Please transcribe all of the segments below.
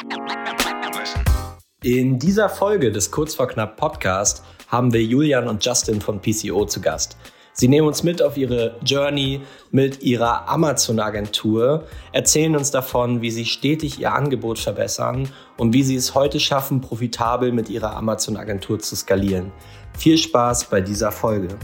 In dieser Folge des Kurz vor Knapp Podcast haben wir Julian und Justin von PCO zu Gast. Sie nehmen uns mit auf ihre Journey mit ihrer Amazon-Agentur, erzählen uns davon, wie sie stetig ihr Angebot verbessern und wie sie es heute schaffen, profitabel mit ihrer Amazon-Agentur zu skalieren. Viel Spaß bei dieser Folge.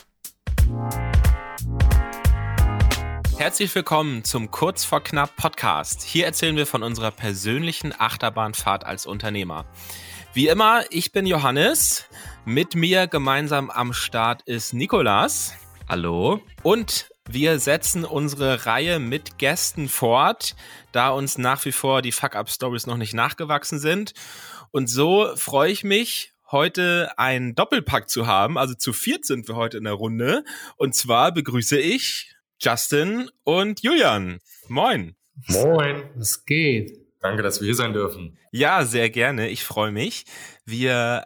Herzlich willkommen zum Kurz vor Knapp Podcast. Hier erzählen wir von unserer persönlichen Achterbahnfahrt als Unternehmer. Wie immer, ich bin Johannes. Mit mir gemeinsam am Start ist Nikolas. Hallo. Und wir setzen unsere Reihe mit Gästen fort, da uns nach wie vor die Fuck-Up-Stories noch nicht nachgewachsen sind. Und so freue ich mich, heute einen Doppelpack zu haben. Also zu viert sind wir heute in der Runde. Und zwar begrüße ich Justin und Julian. Moin. Moin. Was geht? Danke, dass wir hier sein dürfen. Ja, sehr gerne. Ich freue mich. Wir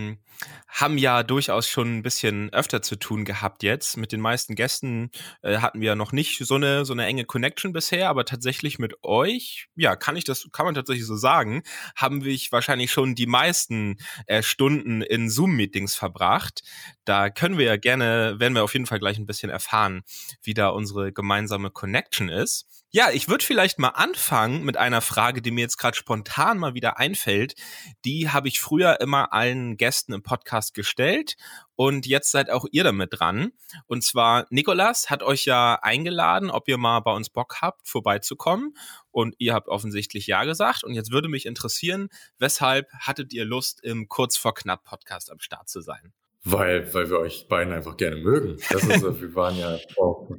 haben ja durchaus schon ein bisschen öfter zu tun gehabt jetzt. Mit den meisten Gästen hatten wir noch nicht so eine enge Connection bisher, aber tatsächlich mit euch, ja, kann man tatsächlich so sagen, haben wir wahrscheinlich schon die meisten Stunden in Zoom-Meetings verbracht. Da werden wir auf jeden Fall gleich ein bisschen erfahren, wie da unsere gemeinsame Connection ist. Ja, ich würde vielleicht mal anfangen mit einer Frage, die mir jetzt gerade spontan mal wieder einfällt. Die habe ich früher immer allen Gästen im Podcast gestellt und jetzt seid auch ihr damit dran. Und zwar, Nikolas hat euch ja eingeladen, ob ihr mal bei uns Bock habt, vorbeizukommen. Und ihr habt offensichtlich ja gesagt. Und jetzt würde mich interessieren, weshalb hattet ihr Lust, im Kurz vor Knapp Podcast am Start zu sein? Weil wir euch beiden einfach gerne mögen. Das ist, wir waren ja auch.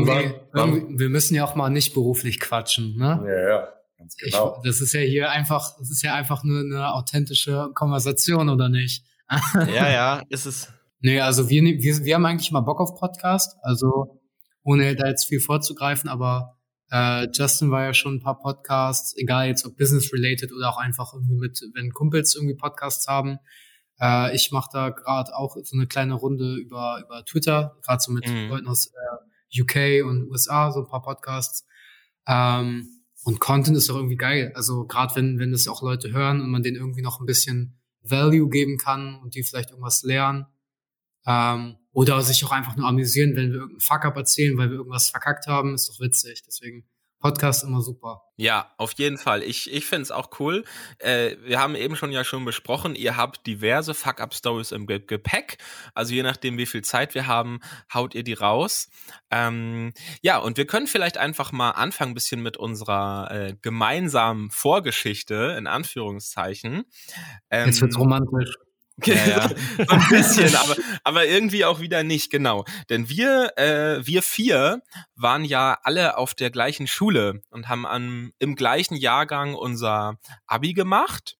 Wir müssen ja auch mal nicht beruflich quatschen, ne? Ja, ganz genau. Das ist ja einfach nur eine authentische Konversation, oder nicht? Ja, ist es. Nee, also wir haben eigentlich mal Bock auf Podcast, also ohne da jetzt viel vorzugreifen, aber Justin war ja schon ein paar Podcasts, egal jetzt ob business-related oder auch einfach irgendwie wenn Kumpels irgendwie Podcasts haben. Ich mache da gerade auch so eine kleine Runde über Twitter, gerade so mit Leuten aus UK und USA, so ein paar Podcasts. Und Content ist doch irgendwie geil. Also gerade wenn das auch Leute hören und man denen irgendwie noch ein bisschen Value geben kann und die vielleicht irgendwas lernen. Oder sich auch einfach nur amüsieren, wenn wir irgendeinen Fuck-Up erzählen, weil wir irgendwas verkackt haben, ist doch witzig. Deswegen Podcast immer super. Ja, auf jeden Fall. Ich finde es auch cool. Wir haben eben schon besprochen, ihr habt diverse Fuck-Up-Stories im Gepäck. Also je nachdem, wie viel Zeit wir haben, haut ihr die raus. Ja, und wir können vielleicht einfach mal anfangen, ein bisschen mit unserer gemeinsamen Vorgeschichte, in Anführungszeichen. Jetzt wird's romantisch. Ja. So ein bisschen, aber irgendwie auch wieder nicht, genau. Denn wir vier waren ja alle auf der gleichen Schule und haben im gleichen Jahrgang unser Abi gemacht.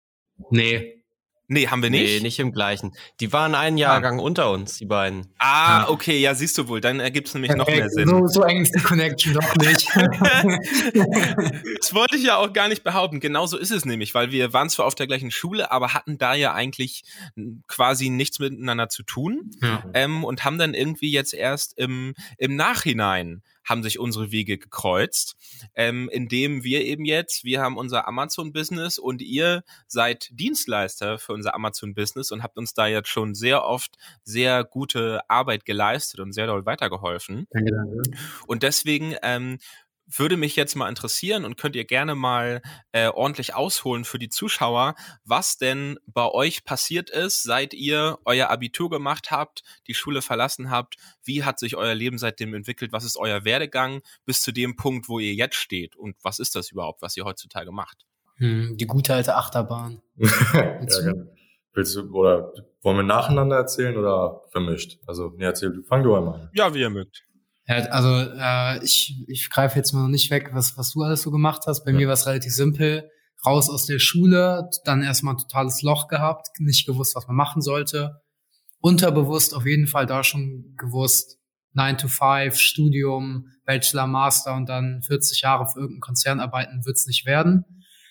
Nee, haben wir nicht? Nee, nicht im gleichen. Die waren einen Jahrgang unter uns, die beiden. Okay, ja, siehst du wohl, dann ergibt es nämlich noch mehr Sinn. So eng ist die Connection doch nicht. Das wollte ich ja auch gar nicht behaupten. Genauso ist es nämlich, weil wir waren zwar auf der gleichen Schule, aber hatten da ja eigentlich quasi nichts miteinander zu tun. Ja. Und haben dann irgendwie jetzt erst im Nachhinein haben sich unsere Wege gekreuzt, indem wir haben unser Amazon-Business und ihr seid Dienstleister für unser Amazon-Business und habt uns da jetzt schon sehr oft sehr gute Arbeit geleistet und sehr doll weitergeholfen. Danke. Und deswegen würde mich jetzt mal interessieren und könnt ihr gerne mal ordentlich ausholen für die Zuschauer, was denn bei euch passiert ist, seit ihr euer Abitur gemacht habt, die Schule verlassen habt. Wie hat sich euer Leben seitdem entwickelt? Was ist euer Werdegang bis zu dem Punkt, wo ihr jetzt steht? Und was ist das überhaupt, was ihr heutzutage macht? Die gute alte Achterbahn. Ja, willst du, oder wollen wir nacheinander erzählen oder vermischt? Also, fang du einmal an. Ja, wie ihr mögt. Ja, also ich greife jetzt mal noch nicht weg, was du alles so gemacht hast. Bei mir war es relativ simpel. Raus aus der Schule, dann erstmal ein totales Loch gehabt, nicht gewusst, was man machen sollte. Unterbewusst auf jeden Fall da schon gewusst, 9 to 5, Studium, Bachelor, Master und dann 40 Jahre für irgendeinen Konzern arbeiten wird's nicht werden.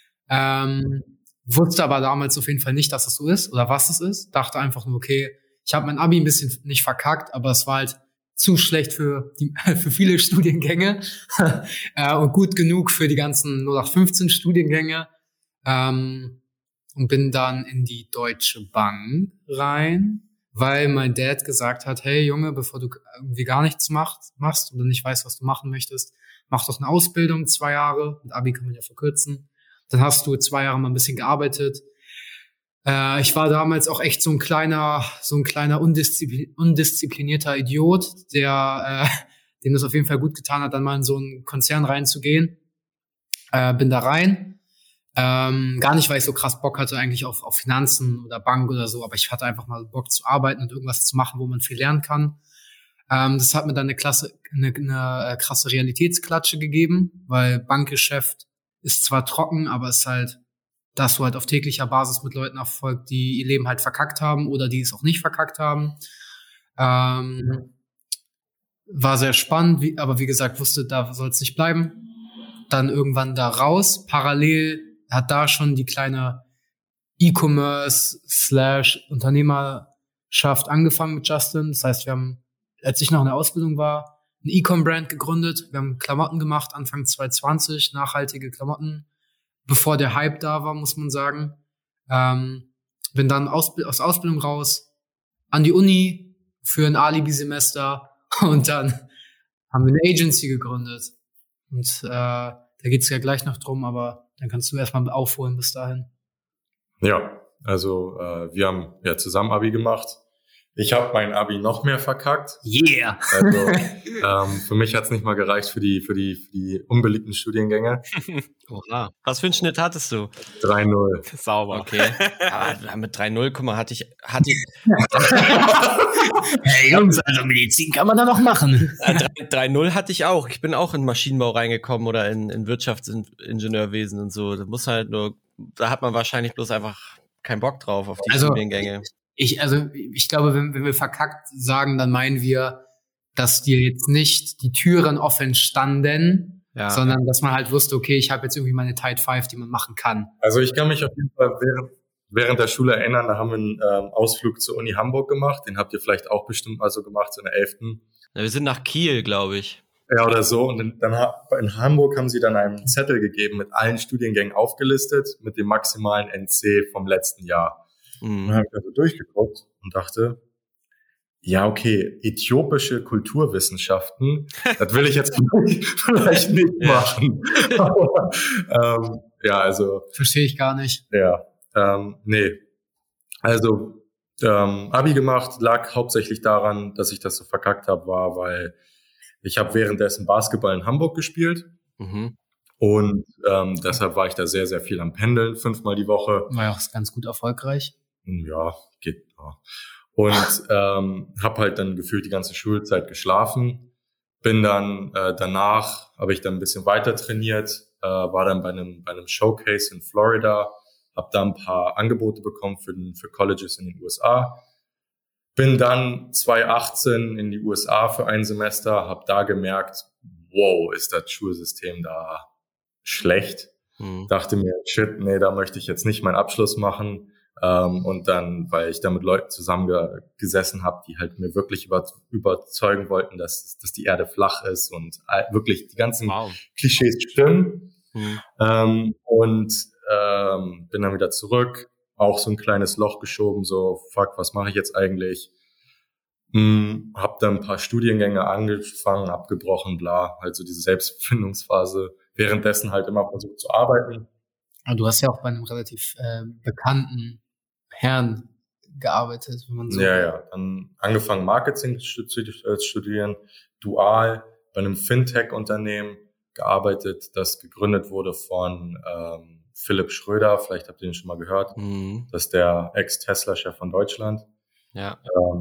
Wusste aber damals auf jeden Fall nicht, dass das so ist oder was es ist. Dachte einfach nur, okay, ich habe mein Abi ein bisschen nicht verkackt, aber es war halt zu schlecht für viele Studiengänge und gut genug für die ganzen 0815 Studiengänge. und bin dann in die Deutsche Bank rein, weil mein Dad gesagt hat, hey Junge, bevor du irgendwie gar nichts machst oder nicht weißt, was du machen möchtest, mach doch eine Ausbildung, 2 Jahre, mit Abi kann man ja verkürzen. Dann hast du 2 Jahre mal ein bisschen gearbeitet. Ich war damals auch echt so ein kleiner undisziplinierter Idiot, dem das auf jeden Fall gut getan hat, dann mal in so einen Konzern reinzugehen. Bin da rein. Gar nicht, weil ich so krass Bock hatte eigentlich auf Finanzen oder Bank oder so, aber ich hatte einfach mal Bock zu arbeiten und irgendwas zu machen, wo man viel lernen kann. Das hat mir dann eine krasse Realitätsklatsche gegeben, weil Bankgeschäft ist zwar trocken, aber es ist halt, dass du halt auf täglicher Basis mit Leuten erfolgt, die ihr Leben halt verkackt haben oder die es auch nicht verkackt haben. War sehr spannend, aber wie gesagt, wusste, da soll es nicht bleiben. Dann irgendwann da raus. Parallel hat da schon die kleine E-Commerce/Unternehmerschaft angefangen mit Justin. Das heißt, wir haben, als ich noch in der Ausbildung war, eine E-Com-Brand gegründet. Wir haben Klamotten gemacht, Anfang 2020, nachhaltige Klamotten, bevor der Hype da war, muss man sagen. Bin dann aus Ausbildung raus, an die Uni für ein Alibi-Semester und dann haben wir eine Agency gegründet. Und da geht's ja gleich noch drum, aber dann kannst du erstmal aufholen bis dahin. Ja, also wir haben ja zusammen Abi gemacht. Ich habe mein Abi noch mehr verkackt. Yeah! Also für mich hat's nicht mal gereicht für die unbeliebten Studiengänge. Oha. Was für einen Schnitt hattest du? 3,0. Sauber. Okay. Aber mit 3,0, guck mal, hatte ich Hey Jungs, also Medizin kann man da noch machen. 3,0 hatte ich auch. Ich bin auch in Maschinenbau reingekommen oder in Wirtschaftsingenieurwesen und so. Da hat man wahrscheinlich bloß einfach keinen Bock drauf auf die Studiengänge. Ich glaube, wenn wir verkackt sagen, dann meinen wir, dass dir jetzt nicht die Türen offen standen, sondern dass man halt wusste, okay, ich habe jetzt irgendwie meine Tide 5, die man machen kann. Also ich kann mich auf jeden Fall während der Schule erinnern, da haben wir einen Ausflug zur Uni Hamburg gemacht. Den habt ihr vielleicht auch bestimmt mal so gemacht, so in der 11. Ja, wir sind nach Kiel, glaube ich. Ja, oder so. Und dann in Hamburg haben sie dann einen Zettel gegeben mit allen Studiengängen aufgelistet, mit dem maximalen NC vom letzten Jahr. Und dann habe ich also durchgeguckt und dachte, ja, okay, äthiopische Kulturwissenschaften, das will ich jetzt vielleicht nicht machen. Aber, also. Verstehe ich gar nicht. Ja, nee. Also, Abi gemacht, lag hauptsächlich daran, dass ich das so verkackt habe, weil ich habe währenddessen Basketball in Hamburg gespielt. Mhm. Und deshalb war ich da sehr, sehr viel am Pendeln, 5-mal die Woche. War ja auch ganz gut erfolgreich. Ja, geht. Ja. Und habe halt dann gefühlt die ganze Schulzeit geschlafen. Bin dann danach, habe ich dann ein bisschen weiter trainiert, war dann bei einem Showcase in Florida, habe da ein paar Angebote bekommen für Colleges in den USA. Bin dann 2018 in die USA für ein Semester, habe da gemerkt, wow, ist das Schulsystem da schlecht. Dachte mir, shit, nee, da möchte ich jetzt nicht meinen Abschluss machen. Und dann, weil ich da mit Leuten zusammengesessen habe, die halt mir wirklich überzeugen wollten, dass die Erde flach ist und wirklich die ganzen Klischees stimmen. Und bin dann wieder zurück, auch so ein kleines Loch geschoben, so, fuck, was mache ich jetzt eigentlich? Hab dann ein paar Studiengänge angefangen, abgebrochen, bla, halt so diese Selbstfindungsphase, währenddessen halt immer versucht zu arbeiten. Aber du hast ja auch bei einem relativ bekannten Herrn gearbeitet, wenn man so. Ja, dann angefangen Marketing zu studieren, dual bei einem Fintech-Unternehmen gearbeitet, das gegründet wurde von Philipp Schröder, vielleicht habt ihr ihn schon mal gehört. Das ist der Ex-Tesla-Chef von Deutschland. Ja.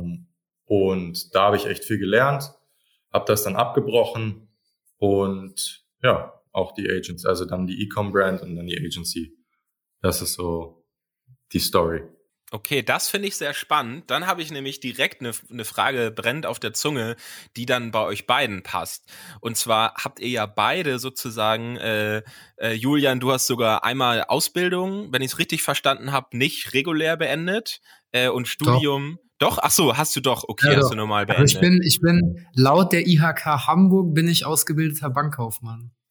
Und da habe ich echt viel gelernt, habe das dann abgebrochen und ja, auch die Agency, also dann die E-Com-Brand und dann die Agency. Das ist so die Story. Okay, das finde ich sehr spannend. Dann habe ich nämlich direkt eine Frage brennt auf der Zunge, die dann bei euch beiden passt. Und zwar habt ihr ja beide sozusagen, Julian, du hast sogar einmal Ausbildung, wenn ich es richtig verstanden habe, nicht regulär beendet und Studium. Doch? Ach so, hast du doch. Okay, ja, hast du normal beendet. Also ich bin laut der IHK Hamburg bin ich ausgebildeter Bankkaufmann.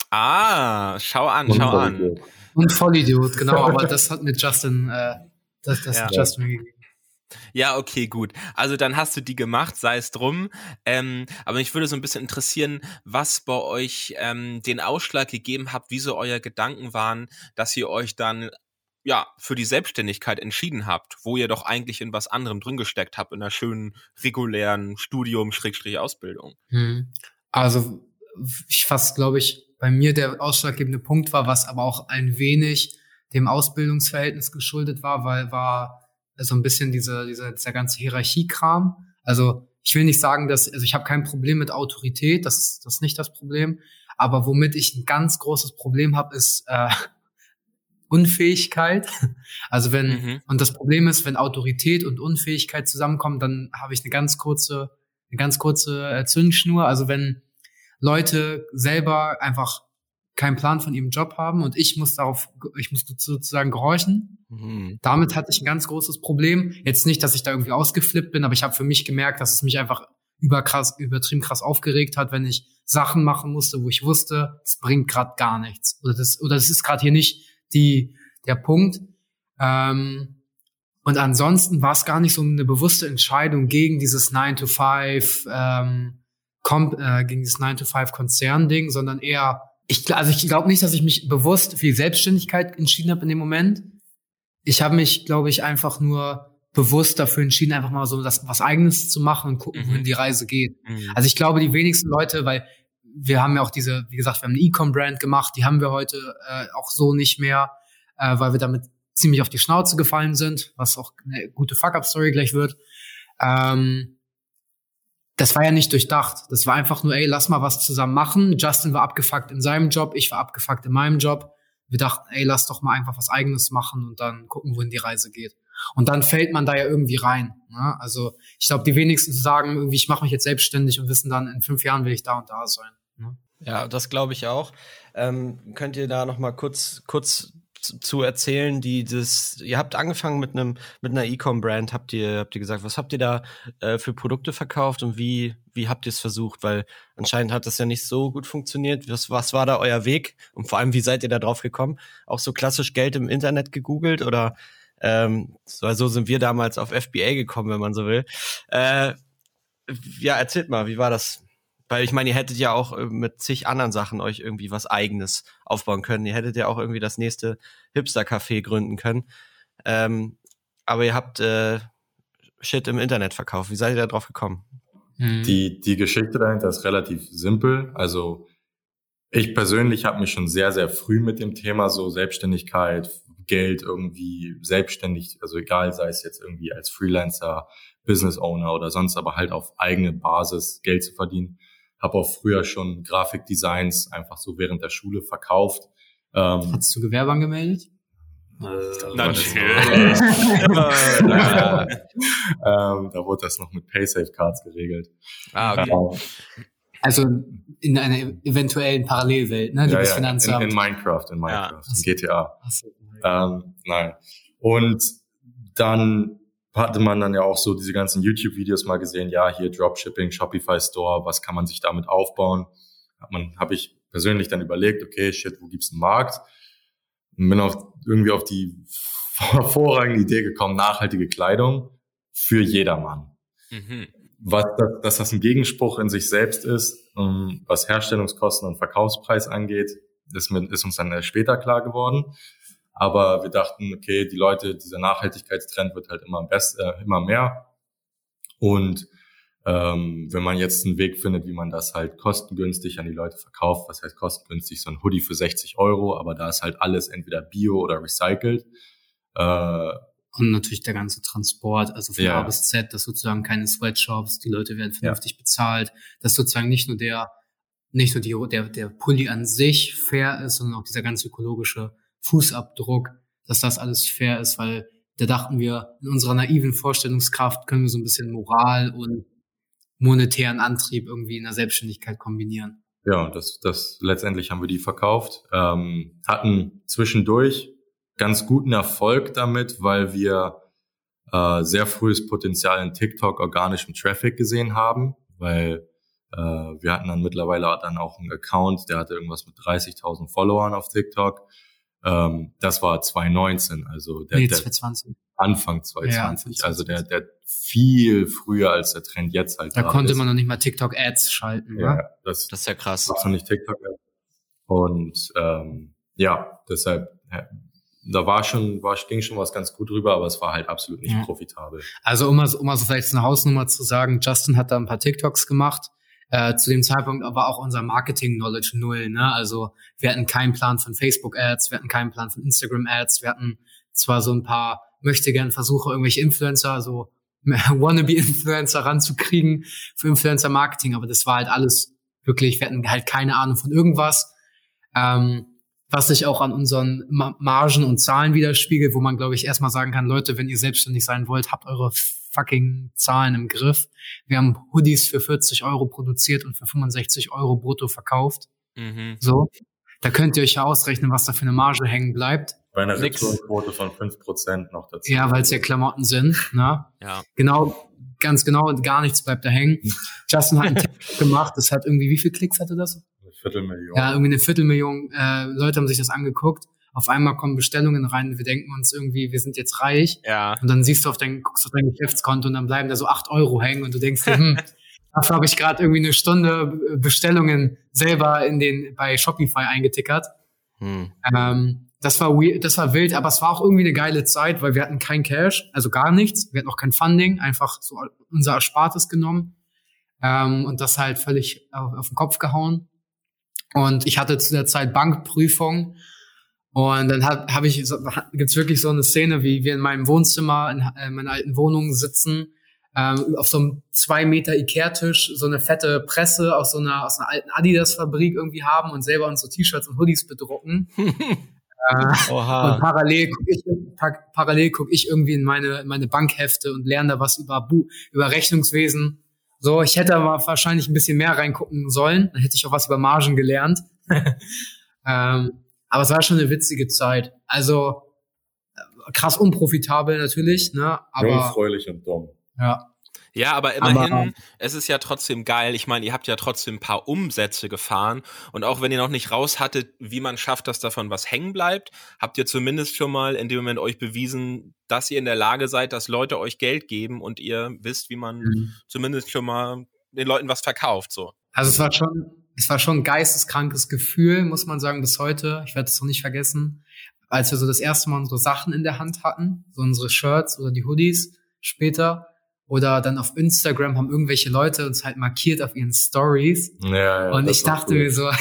Schau an. Und Vollidiot, genau, aber das hat mir Justin, hat Justin mir gegeben. Ja, okay, gut. Also dann hast du die gemacht, sei es drum. Aber mich würde so ein bisschen interessieren, was bei euch den Ausschlag gegeben hat, wie so euer Gedanken waren, dass ihr euch dann für die Selbstständigkeit entschieden habt, wo ihr doch eigentlich in was anderem drin gesteckt habt, in einer schönen, regulären Studium/Ausbildung. Also fast, glaube ich, bei mir der ausschlaggebende Punkt war, was aber auch ein wenig dem Ausbildungsverhältnis geschuldet war so ein bisschen dieser ganze Hierarchiekram. Also ich will nicht sagen, ich habe kein Problem mit Autorität, das ist nicht das Problem, aber womit ich ein ganz großes Problem habe, ist Unfähigkeit. Also und das Problem ist, wenn Autorität und Unfähigkeit zusammenkommen, dann habe ich eine ganz kurze Zündschnur. Also wenn Leute selber einfach keinen Plan von ihrem Job haben und ich muss sozusagen gehorchen. Damit hatte ich ein ganz großes Problem. Jetzt nicht, dass ich da irgendwie ausgeflippt bin, aber ich habe für mich gemerkt, dass es mich einfach übertrieben krass aufgeregt hat, wenn ich Sachen machen musste, wo ich wusste, es bringt gerade gar nichts. Oder das ist gerade hier nicht der Punkt. Und ansonsten war es gar nicht so eine bewusste Entscheidung gegen dieses 9-to-5, gegen dieses 9-to-5-Konzern-Ding, sondern eher ich glaube nicht, dass ich mich bewusst für die Selbstständigkeit entschieden habe in dem Moment. Ich habe mich, glaube ich, einfach nur bewusst dafür entschieden, einfach mal so was Eigenes zu machen und gucken, wohin die Reise geht. Also ich glaube, die wenigsten Leute, weil wir haben ja auch wie gesagt, wir haben eine E-Com-Brand gemacht, die haben wir heute auch so nicht mehr, weil wir damit ziemlich auf die Schnauze gefallen sind, was auch eine gute Fuck-Up-Story gleich wird. Das war ja nicht durchdacht. Das war einfach nur, lass mal was zusammen machen. Justin war abgefuckt in seinem Job, ich war abgefuckt in meinem Job. Wir dachten, lass doch mal einfach was Eigenes machen und dann gucken, wohin die Reise geht. Und dann fällt man da ja irgendwie rein. Ne? Also ich glaube, die wenigsten sagen irgendwie, ich mache mich jetzt selbstständig und wissen dann, in 5 Jahren will ich da und da sein. Ne? Ja, das glaube ich auch. Könnt ihr da noch mal kurz zu erzählen, ihr habt angefangen mit einer E-Com-Brand, habt ihr gesagt, was habt ihr da für Produkte verkauft und wie habt ihr es versucht? Weil anscheinend hat das ja nicht so gut funktioniert. Was war da euer Weg? Und vor allem, wie seid ihr da drauf gekommen? Auch so klassisch Geld im Internet gegoogelt oder so sind wir damals auf FBA gekommen, wenn man so will. Erzählt mal, wie war das? Weil ich meine, ihr hättet ja auch mit zig anderen Sachen euch irgendwie was Eigenes aufbauen können. Ihr hättet ja auch irgendwie das nächste Hipster-Café gründen können. Aber ihr habt Shit im Internet verkauft. Wie seid ihr da drauf gekommen? Die Geschichte dahinter ist relativ simpel. Also ich persönlich habe mich schon sehr, sehr früh mit dem Thema so Selbstständigkeit, Geld irgendwie selbstständig, also egal, sei es jetzt irgendwie als Freelancer, Business Owner oder sonst, aber halt auf eigene Basis Geld zu verdienen. Habe auch früher schon Grafikdesigns einfach so während der Schule verkauft. Hast du Gewerbe angemeldet? Natürlich. Da wurde das noch mit PaySafe-Cards geregelt. Okay. Also in einer eventuellen Parallelwelt, ne? Liebes Finanzamt. In Minecraft, in GTA. Achso. Nein. Und dann hatte man dann ja auch so diese ganzen YouTube-Videos mal gesehen, hier Dropshipping, Shopify Store, was kann man sich damit aufbauen? Habe ich persönlich dann überlegt, okay, wo gibt's einen Markt? Und bin irgendwie auf die hervorragende Idee gekommen, nachhaltige Kleidung für jedermann. Dass das ein Gegenspruch in sich selbst ist, was Herstellungskosten und Verkaufspreis angeht, ist uns dann erst später klar geworden. Aber wir dachten, okay, die Leute, dieser Nachhaltigkeitstrend wird halt immer mehr. Und wenn man jetzt einen Weg findet, wie man das halt kostengünstig an die Leute verkauft, was heißt kostengünstig, so ein Hoodie für 60 €, aber da ist halt alles entweder bio oder recycelt. Und natürlich der ganze Transport, also von A bis Z, das sozusagen keine Sweatshops, die Leute werden vernünftig bezahlt, dass sozusagen nicht nur der Pulli an sich fair ist, sondern auch dieser ganze ökologische Fußabdruck, dass das alles fair ist, weil da dachten wir, in unserer naiven Vorstellungskraft können wir so ein bisschen Moral und monetären Antrieb irgendwie in der Selbstständigkeit kombinieren. Ja, und das letztendlich haben wir die verkauft, hatten zwischendurch ganz guten Erfolg damit, weil wir sehr frühes Potenzial in TikTok organischem Traffic gesehen haben, weil Wir hatten dann mittlerweile dann auch einen Account, der hatte irgendwas mit 30.000 Followern auf TikTok. Das war 2019, also der 2020. Anfang 2020, ja, also der viel früher als der Trend jetzt halt da konnte man noch nicht mal TikTok-Ads schalten. Ja, ne? das ist ja krass. War noch nicht TikTok-Ads. Und deshalb ging schon was ganz gut rüber, aber es war halt absolut nicht profitabel. Also um mal so vielleicht eine Hausnummer zu sagen, Justin hat da ein paar TikToks gemacht. Zu dem Zeitpunkt aber auch unser Marketing-Knowledge 0, ne? Also wir hatten keinen Plan von Facebook-Ads, wir hatten keinen Plan von Instagram-Ads, wir hatten zwar so ein paar Möchtegern-Versuche, irgendwelche Influencer, so Wannabe-Influencer ranzukriegen für Influencer-Marketing, aber das war halt alles wirklich, wir hatten halt keine Ahnung von irgendwas, was sich auch an unseren Margen und Zahlen widerspiegelt, wo man, glaube ich, erstmal sagen kann, Leute, wenn ihr selbstständig sein wollt, habt eure fucking Zahlen im Griff. Wir haben Hoodies für 40 € produziert und für 65 € brutto verkauft. So, da könnt ihr euch ja ausrechnen, was da für eine Marge hängen bleibt. Bei einer Retourenquote von 5% noch dazu. Ja, weil es ja Klamotten sind. Ne? Ja. Ganz genau, gar nichts bleibt da hängen. Justin hat einen TikTok gemacht, das hat irgendwie, wie viele Klicks hatte das? 250.000. Ja, irgendwie 250.000 Leute haben sich das angeguckt. Auf einmal kommen Bestellungen rein, wir denken uns irgendwie, wir sind jetzt reich. Ja. Und dann guckst du auf dein Geschäftskonto und dann bleiben da so 8 € hängen und du denkst dir, dafür habe ich gerade irgendwie eine Stunde Bestellungen selber bei Shopify eingetickert. Das war weird, das war wild, aber es war auch irgendwie eine geile Zeit, weil wir hatten kein Cash, also gar nichts. Wir hatten auch kein Funding, einfach so unser Erspartes genommen und das halt völlig auf den Kopf gehauen. Und ich hatte zu der Zeit Bankprüfung und dann gibt's wirklich so eine Szene, wie wir in meinem Wohnzimmer in meiner alten Wohnung sitzen, auf so einem 2 Meter Ikea-Tisch so eine fette Presse aus einer alten Adidas-Fabrik irgendwie haben und selber uns so T-Shirts und Hoodies bedrucken. Oha. Und parallel guck ich irgendwie in meine Bankhefte und lerne da was über Rechnungswesen. So, ich hätte aber wahrscheinlich ein bisschen mehr reingucken sollen. Dann hätte ich auch was über Margen gelernt. Aber es war schon eine witzige Zeit. Also krass unprofitabel natürlich, ne? Aber jungfräulich und dumm. Ja, aber immerhin, es ist ja trotzdem geil. Ich meine, ihr habt ja trotzdem ein paar Umsätze gefahren. Und auch wenn ihr noch nicht raus hattet, wie man schafft, dass davon was hängen bleibt, habt ihr zumindest schon mal in dem Moment euch bewiesen, dass ihr in der Lage seid, dass Leute euch Geld geben und ihr wisst, wie man zumindest schon mal den Leuten was verkauft. So. Also es war schon ein geisteskrankes Gefühl, muss man sagen, bis heute. Ich werde es noch nicht vergessen, als wir so das erste Mal unsere Sachen in der Hand hatten, so unsere Shirts oder die Hoodies später. Oder dann auf Instagram haben irgendwelche Leute uns halt markiert auf ihren Stories. Ja, und ich dachte mir so,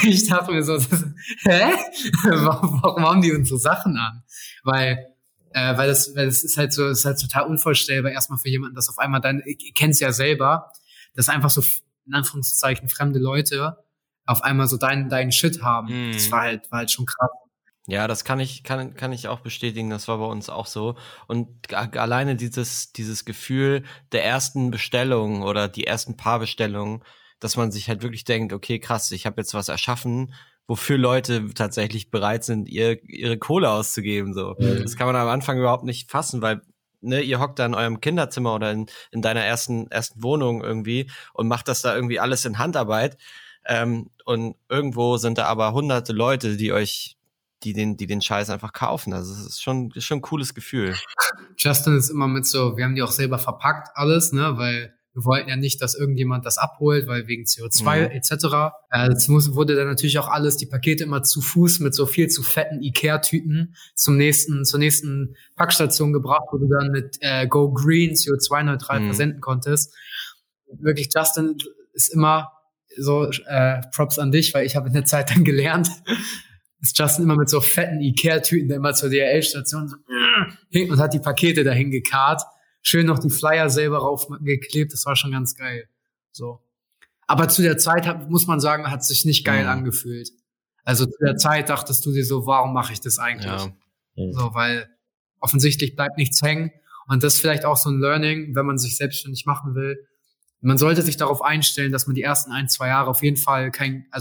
hä? Warum haben die unsere Sachen an? Weil das ist halt so, total unvorstellbar erstmal für jemanden, dass auf einmal ihr kennt's ja selber, dass einfach so, in Anführungszeichen, fremde Leute auf einmal so deinen Shit haben. Das war halt schon krass. Ja, das kann ich auch bestätigen. Das war bei uns auch so. Und alleine dieses Gefühl der ersten Bestellung oder die ersten paar Bestellungen, dass man sich halt wirklich denkt, okay, krass, ich habe jetzt was erschaffen, wofür Leute tatsächlich bereit sind, ihre Kohle auszugeben. So, das kann man am Anfang überhaupt nicht fassen, weil ihr hockt da in eurem Kinderzimmer oder in deiner ersten Wohnung irgendwie und macht das da irgendwie alles in Handarbeit. Und irgendwo sind da aber hunderte Leute, die den Scheiß einfach kaufen. Also es ist schon ein cooles Gefühl. Justin ist immer mit so, wir haben die auch selber verpackt alles, ne, weil wir wollten ja nicht, dass irgendjemand das abholt, weil wegen CO2 etc. Es wurde dann natürlich auch alles, die Pakete immer zu Fuß mit so viel zu fetten Ikea-Tüten zur nächsten Packstation gebracht, wo du dann mit Go Green CO2-neutral versenden konntest. Wirklich, Justin ist immer so, Props an dich, weil ich habe in der Zeit dann gelernt, ist Justin immer mit so fetten Ikea-Tüten immer zur DHL-Station hing und hat die Pakete dahin gekarrt. Schön noch die Flyer selber raufgeklebt. Das war schon ganz geil. So. Aber zu der Zeit, muss man sagen, hat sich nicht geil angefühlt. Also zu der Zeit dachtest du dir so, warum mache ich das eigentlich? Ja. So, weil offensichtlich bleibt nichts hängen. Und das ist vielleicht auch so ein Learning, wenn man sich selbstständig machen will. Man sollte sich darauf einstellen, dass man die ersten 1-2 Jahre auf jeden Fall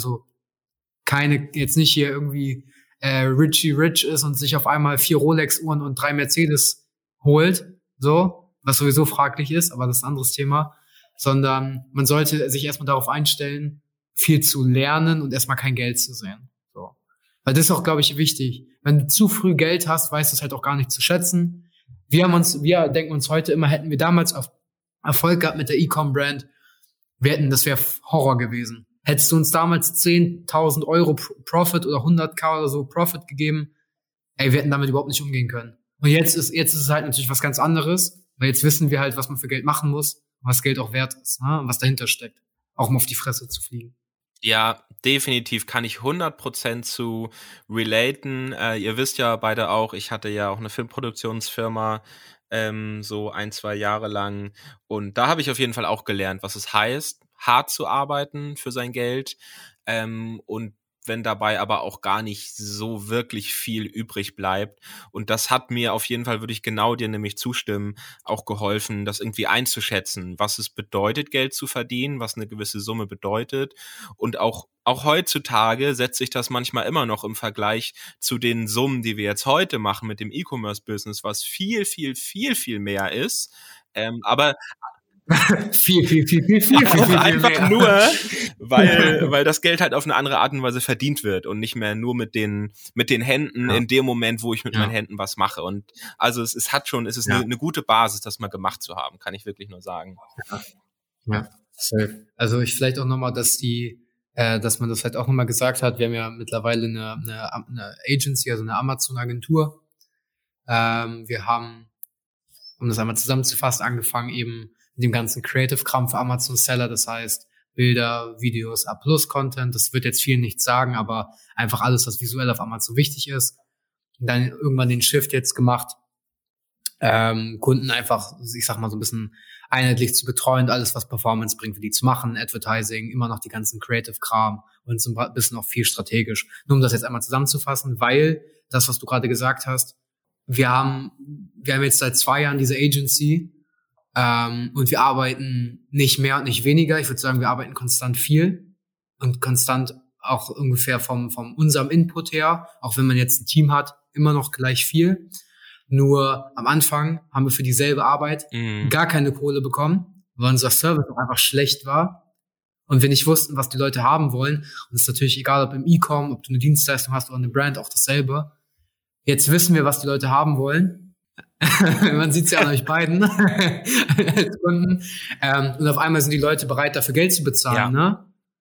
jetzt nicht hier irgendwie Richie Rich ist und sich auf einmal 4 Rolex-Uhren und 3 Mercedes holt, so, was sowieso fraglich ist, aber das ist ein anderes Thema. sondern man sollte sich erstmal darauf einstellen, viel zu lernen und erstmal kein Geld zu sehen. So. Weil das ist auch, glaube ich, wichtig. Wenn du zu früh Geld hast, weißt du es halt auch gar nicht zu schätzen. Wir denken uns heute immer, hätten wir damals auf Erfolg gehabt mit der E-Com-Brand, das wäre Horror gewesen. Hättest du uns damals 10.000 Euro Profit oder 100.000 oder so Profit gegeben, wir hätten damit überhaupt nicht umgehen können. Und jetzt ist es halt natürlich was ganz anderes, weil jetzt wissen wir halt, was man für Geld machen muss, was Geld auch wert ist, ne? Und was dahinter steckt. Auch mal auf die Fresse zu fliegen. Ja, definitiv kann ich 100% zu relaten. Ihr wisst ja beide auch, ich hatte ja auch eine Filmproduktionsfirma, so 1-2 Jahre lang. Und da habe ich auf jeden Fall auch gelernt, was es heißt, hart zu arbeiten für sein Geld. Und wenn dabei aber auch gar nicht so wirklich viel übrig bleibt. Und das hat mir auf jeden Fall, würde ich genau dir nämlich zustimmen, auch geholfen, das irgendwie einzuschätzen, was es bedeutet, Geld zu verdienen, was eine gewisse Summe bedeutet. Und auch heutzutage setzt sich das manchmal immer noch im Vergleich zu den Summen, die wir jetzt heute machen mit dem E-Commerce-Business, was viel, viel, viel, viel mehr ist. Aber viel einfach mehr. nur, weil das Geld halt auf eine andere Art und Weise verdient wird und nicht mehr nur mit den Händen in dem Moment, wo ich mit meinen Händen was mache. Und also es ist eine gute Basis, das mal gemacht zu haben, kann ich wirklich nur sagen. Ja. Also ich vielleicht auch nochmal, dass man das halt auch nochmal gesagt hat, wir haben ja mittlerweile eine Agency, also eine Amazon-Agentur. Wir haben, um das einmal zusammenzufassen, angefangen eben mit dem ganzen Creative-Kram für Amazon Seller, das heißt Bilder, Videos, A+-Content, das wird jetzt vielen nichts sagen, aber einfach alles, was visuell auf Amazon wichtig ist. Und dann irgendwann den Shift jetzt gemacht, Kunden einfach, ich sag mal, so ein bisschen einheitlich zu betreuen, alles, was Performance bringt, für die zu machen, Advertising, immer noch die ganzen Creative-Kram und so ein bisschen auch viel strategisch. Nur um das jetzt einmal zusammenzufassen, weil das, was du gerade gesagt hast, wir haben jetzt seit 2 Jahren diese Agency, und wir arbeiten nicht mehr und nicht weniger. Ich würde sagen, wir arbeiten konstant viel und konstant auch ungefähr vom unserem Input her, auch wenn man jetzt ein Team hat, immer noch gleich viel. Nur am Anfang haben wir für dieselbe Arbeit gar keine Kohle bekommen, weil unser Service auch einfach schlecht war und wir nicht wussten, was die Leute haben wollen. Und es ist natürlich egal, ob im E-Com, ob du eine Dienstleistung hast oder eine Brand, auch dasselbe. Jetzt wissen wir, was die Leute haben wollen. Man sieht's ja an euch beiden als Kunden. Und auf einmal sind die Leute bereit, dafür Geld zu bezahlen. Ne?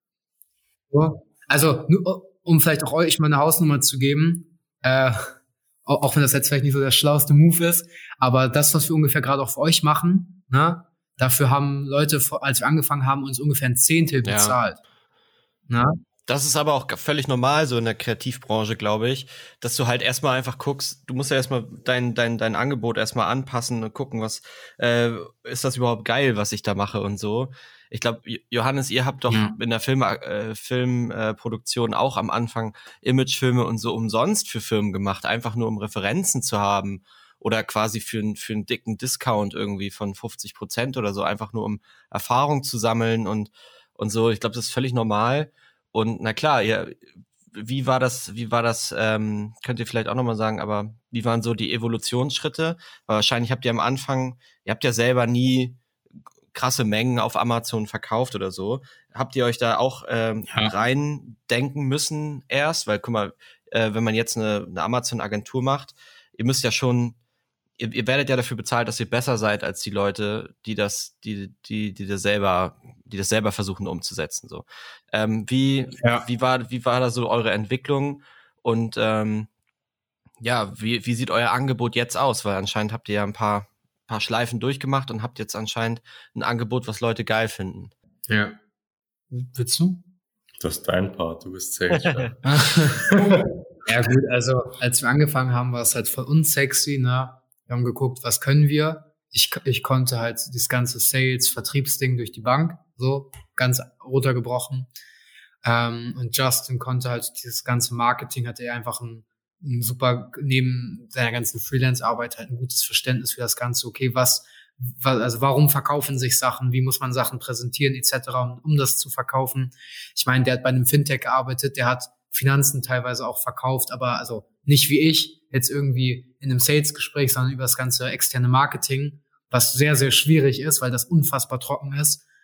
So. Also, um vielleicht auch euch mal eine Hausnummer zu geben, auch wenn das jetzt vielleicht nicht so der schlauste Move ist, aber das, was wir ungefähr gerade auch für euch machen, ne, dafür haben Leute, als wir angefangen haben, uns ungefähr ein Zehntel bezahlt. Ne? Das ist aber auch völlig normal so in der Kreativbranche, glaube ich, dass du halt erstmal einfach guckst, du musst ja erstmal dein Angebot erstmal anpassen und gucken, was ist das überhaupt geil, was ich da mache und so. Ich glaube, Johannes, ihr habt doch in der Filmproduktion auch am Anfang Imagefilme und so umsonst für Firmen gemacht, einfach nur um Referenzen zu haben oder quasi für einen dicken Discount irgendwie von 50% oder so, einfach nur um Erfahrung zu sammeln und so. Ich glaube, das ist völlig normal. Und na klar, wie war das, könnt ihr vielleicht auch nochmal sagen, aber wie waren so die Evolutionsschritte? Weil wahrscheinlich habt ihr am Anfang, ihr habt ja selber nie krasse Mengen auf Amazon verkauft oder so. Habt ihr euch da auch rein denken müssen erst? Weil guck mal, wenn man jetzt eine Amazon-Agentur macht, ihr müsst ja schon, ihr werdet ja dafür bezahlt, dass ihr besser seid als die Leute, die das selber versuchen umzusetzen. So, wie war da so eure Entwicklung und wie sieht euer Angebot jetzt aus? Weil anscheinend habt ihr ja ein paar Schleifen durchgemacht und habt jetzt anscheinend ein Angebot, was Leute geil finden. Ja. Willst du? Das ist dein Part, du bist safe. Ja gut, also als wir angefangen haben, war es halt voll unsexy, ne? Wir haben geguckt, was können wir. Ich konnte halt das ganze Sales-Vertriebsding durch die Bank, so ganz runtergebrochen. Und Justin konnte halt dieses ganze Marketing, hatte er einfach ein super, neben seiner ganzen Freelance-Arbeit halt ein gutes Verständnis für das Ganze. Okay, also warum verkaufen sich Sachen, wie muss man Sachen präsentieren etc., um das zu verkaufen. Ich meine, der hat bei einem Fintech gearbeitet, der hat Finanzen teilweise auch verkauft, aber also nicht wie ich, jetzt irgendwie in einem Sales-Gespräch, sondern über das ganze externe Marketing, was sehr, sehr schwierig ist, weil das unfassbar trocken ist.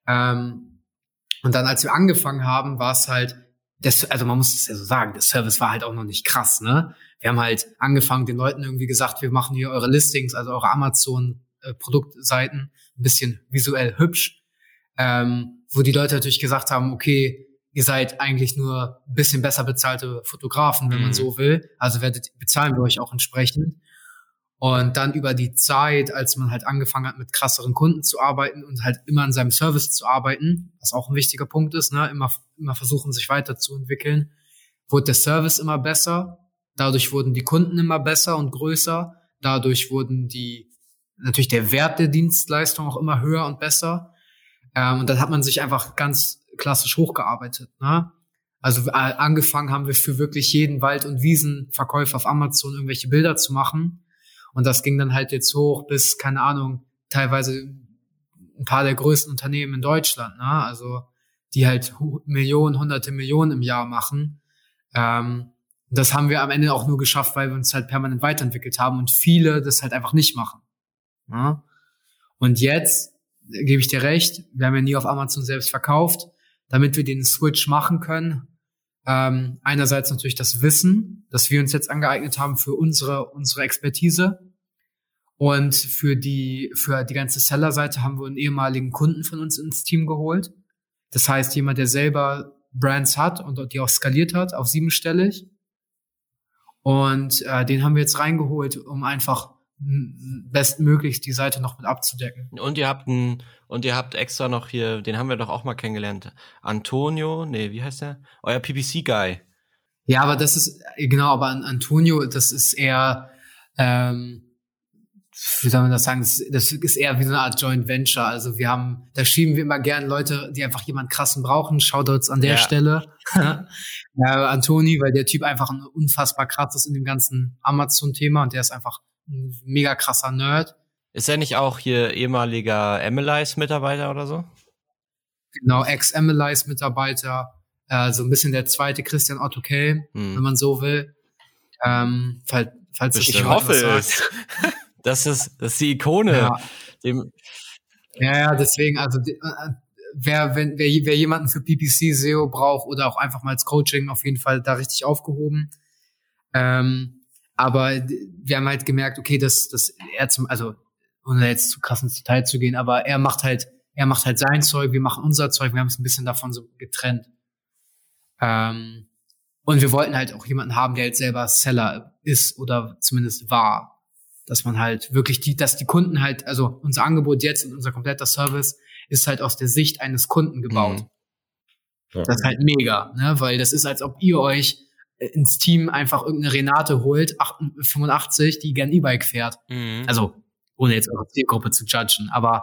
Und dann, als wir angefangen haben, war es halt, also man muss es ja so sagen, der Service war halt auch noch nicht krass, ne? Wir haben halt angefangen, den Leuten irgendwie gesagt, wir machen hier eure Listings, also eure Amazon-Produktseiten ein bisschen visuell hübsch, wo die Leute natürlich gesagt haben, okay, ihr seid eigentlich nur ein bisschen besser bezahlte Fotografen, wenn man so will, also bezahlen wir euch auch entsprechend. Und dann über die Zeit, als man halt angefangen hat, mit krasseren Kunden zu arbeiten und halt immer an seinem Service zu arbeiten, was auch ein wichtiger Punkt ist, ne, immer versuchen, sich weiterzuentwickeln, wurde der Service immer besser. Dadurch wurden die Kunden immer besser und größer. Dadurch wurden natürlich der Wert der Dienstleistung auch immer höher und besser. Und dann hat man sich einfach ganz klassisch hochgearbeitet, ne? Also angefangen haben wir für wirklich jeden Wald- und Wiesenverkäufer auf Amazon irgendwelche Bilder zu machen. Und das ging dann halt jetzt hoch bis, keine Ahnung, teilweise ein paar der größten Unternehmen in Deutschland, ne? Also die halt hunderte Millionen im Jahr machen. Das haben wir am Ende auch nur geschafft, weil wir uns halt permanent weiterentwickelt haben und viele das halt einfach nicht machen. Ja? Und jetzt gebe ich dir recht, wir haben ja nie auf Amazon selbst verkauft, damit wir den Switch machen können. Einerseits natürlich das Wissen, das wir uns jetzt angeeignet haben für unsere Expertise. Und für die ganze Seller-Seite haben wir einen ehemaligen Kunden von uns ins Team geholt. Das heißt, jemand, der selber Brands hat und die auch skaliert hat auf 7-stellig. Und den haben wir jetzt reingeholt, um einfach bestmöglichst die Seite noch mit abzudecken. Und ihr habt extra noch hier, den haben wir doch auch mal kennengelernt. Wie heißt der? Euer PPC-Guy. Ja, aber das ist, genau, aber Antonio, das ist eher, wie soll man das sagen, das ist eher wie so eine Art Joint Venture. Also da schieben wir immer gern Leute, die einfach jemanden krassen brauchen. Shoutouts an der Stelle. Antoni, weil der Typ einfach ein unfassbar krass ist in dem ganzen Amazon-Thema und der ist einfach ein mega krasser Nerd. Ist er nicht auch hier ehemaliger Emilys-Mitarbeiter oder so? Genau, Ex-Emilys-Mitarbeiter. So ein bisschen der zweite Christian Otto Kell, wenn man so will. Falls ich hoffe es. Das ist die Ikone. Ja, deswegen, also wer jemanden für PPC SEO braucht oder auch einfach mal als Coaching, auf jeden Fall da richtig aufgehoben. Aber wir haben halt gemerkt, okay, dass er also ohne jetzt zu krass ins Detail zu gehen, aber er macht halt sein Zeug, wir machen unser Zeug, wir haben es ein bisschen davon so getrennt. Und wir wollten halt auch jemanden haben, der jetzt selber Seller ist oder zumindest war. Dass man halt wirklich dass die Kunden halt, also unser Angebot jetzt und unser kompletter Service ist halt aus der Sicht eines Kunden gebaut. Ja. Das ist halt mega, ne? Weil das ist, als ob ihr euch ins Team einfach irgendeine Renate holt, 85, die gern E-Bike fährt. Also, ohne jetzt eure Zielgruppe zu judgen, aber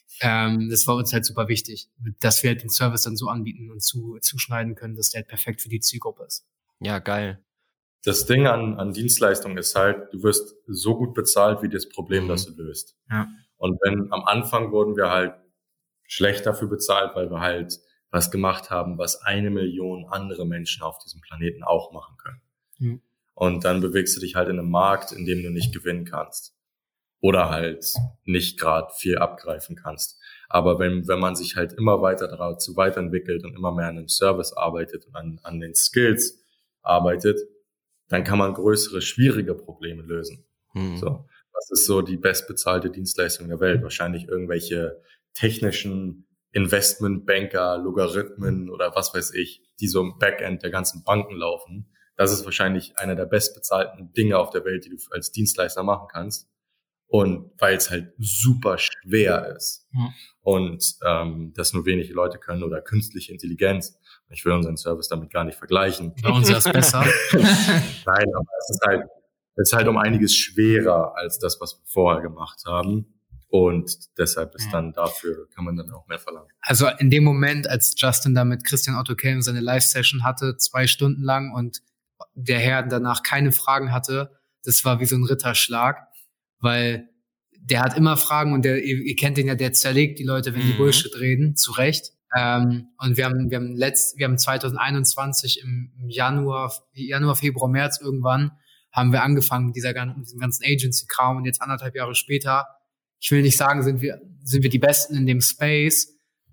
das war uns halt super wichtig, dass wir halt den Service dann so anbieten und zuschneiden können, dass der halt perfekt für die Zielgruppe ist. Ja, geil. Das Ding an Dienstleistungen ist halt, du wirst so gut bezahlt, wie das Problem, das du löst. Ja. Und am Anfang wurden wir halt schlecht dafür bezahlt, weil wir halt was gemacht haben, was 1 Million andere Menschen auf diesem Planeten auch machen können. Mhm. Und dann bewegst du dich halt in einem Markt, in dem du nicht gewinnen kannst. Oder halt nicht gerade viel abgreifen kannst. Aber wenn man sich halt immer weiter dazu weiterentwickelt und immer mehr an dem Service arbeitet und an den Skills arbeitet, dann kann man größere, schwierige Probleme lösen. So, was ist so die bestbezahlte Dienstleistung der Welt? Wahrscheinlich irgendwelche technischen Investmentbanker, Logarithmen oder was weiß ich, die so im Backend der ganzen Banken laufen. Das ist wahrscheinlich einer der bestbezahlten Dinge auf der Welt, die du als Dienstleister machen kannst. Und weil es halt super schwer ist. Und das nur wenige Leute können oder künstliche Intelligenz. Ich will unseren Service damit gar nicht vergleichen. Bei uns ist es besser. Nein, aber es ist halt um einiges schwerer als das, was wir vorher gemacht haben. Und deshalb ist kann man dann auch mehr verlangen. Also in dem Moment, als Justin da mit Christian Otto Kelm seine Live-Session hatte, 2 Stunden lang und der Herr danach keine Fragen hatte, das war wie so ein Ritterschlag, weil der hat immer Fragen und ihr kennt den ja, der zerlegt die Leute, wenn die Bullshit reden, zu Recht. Und wir haben 2021 im Januar, Februar, März irgendwann, haben wir angefangen mit diesem ganzen Agency-Kram und jetzt 1,5 Jahre später, ich will nicht sagen, sind wir die Besten in dem Space,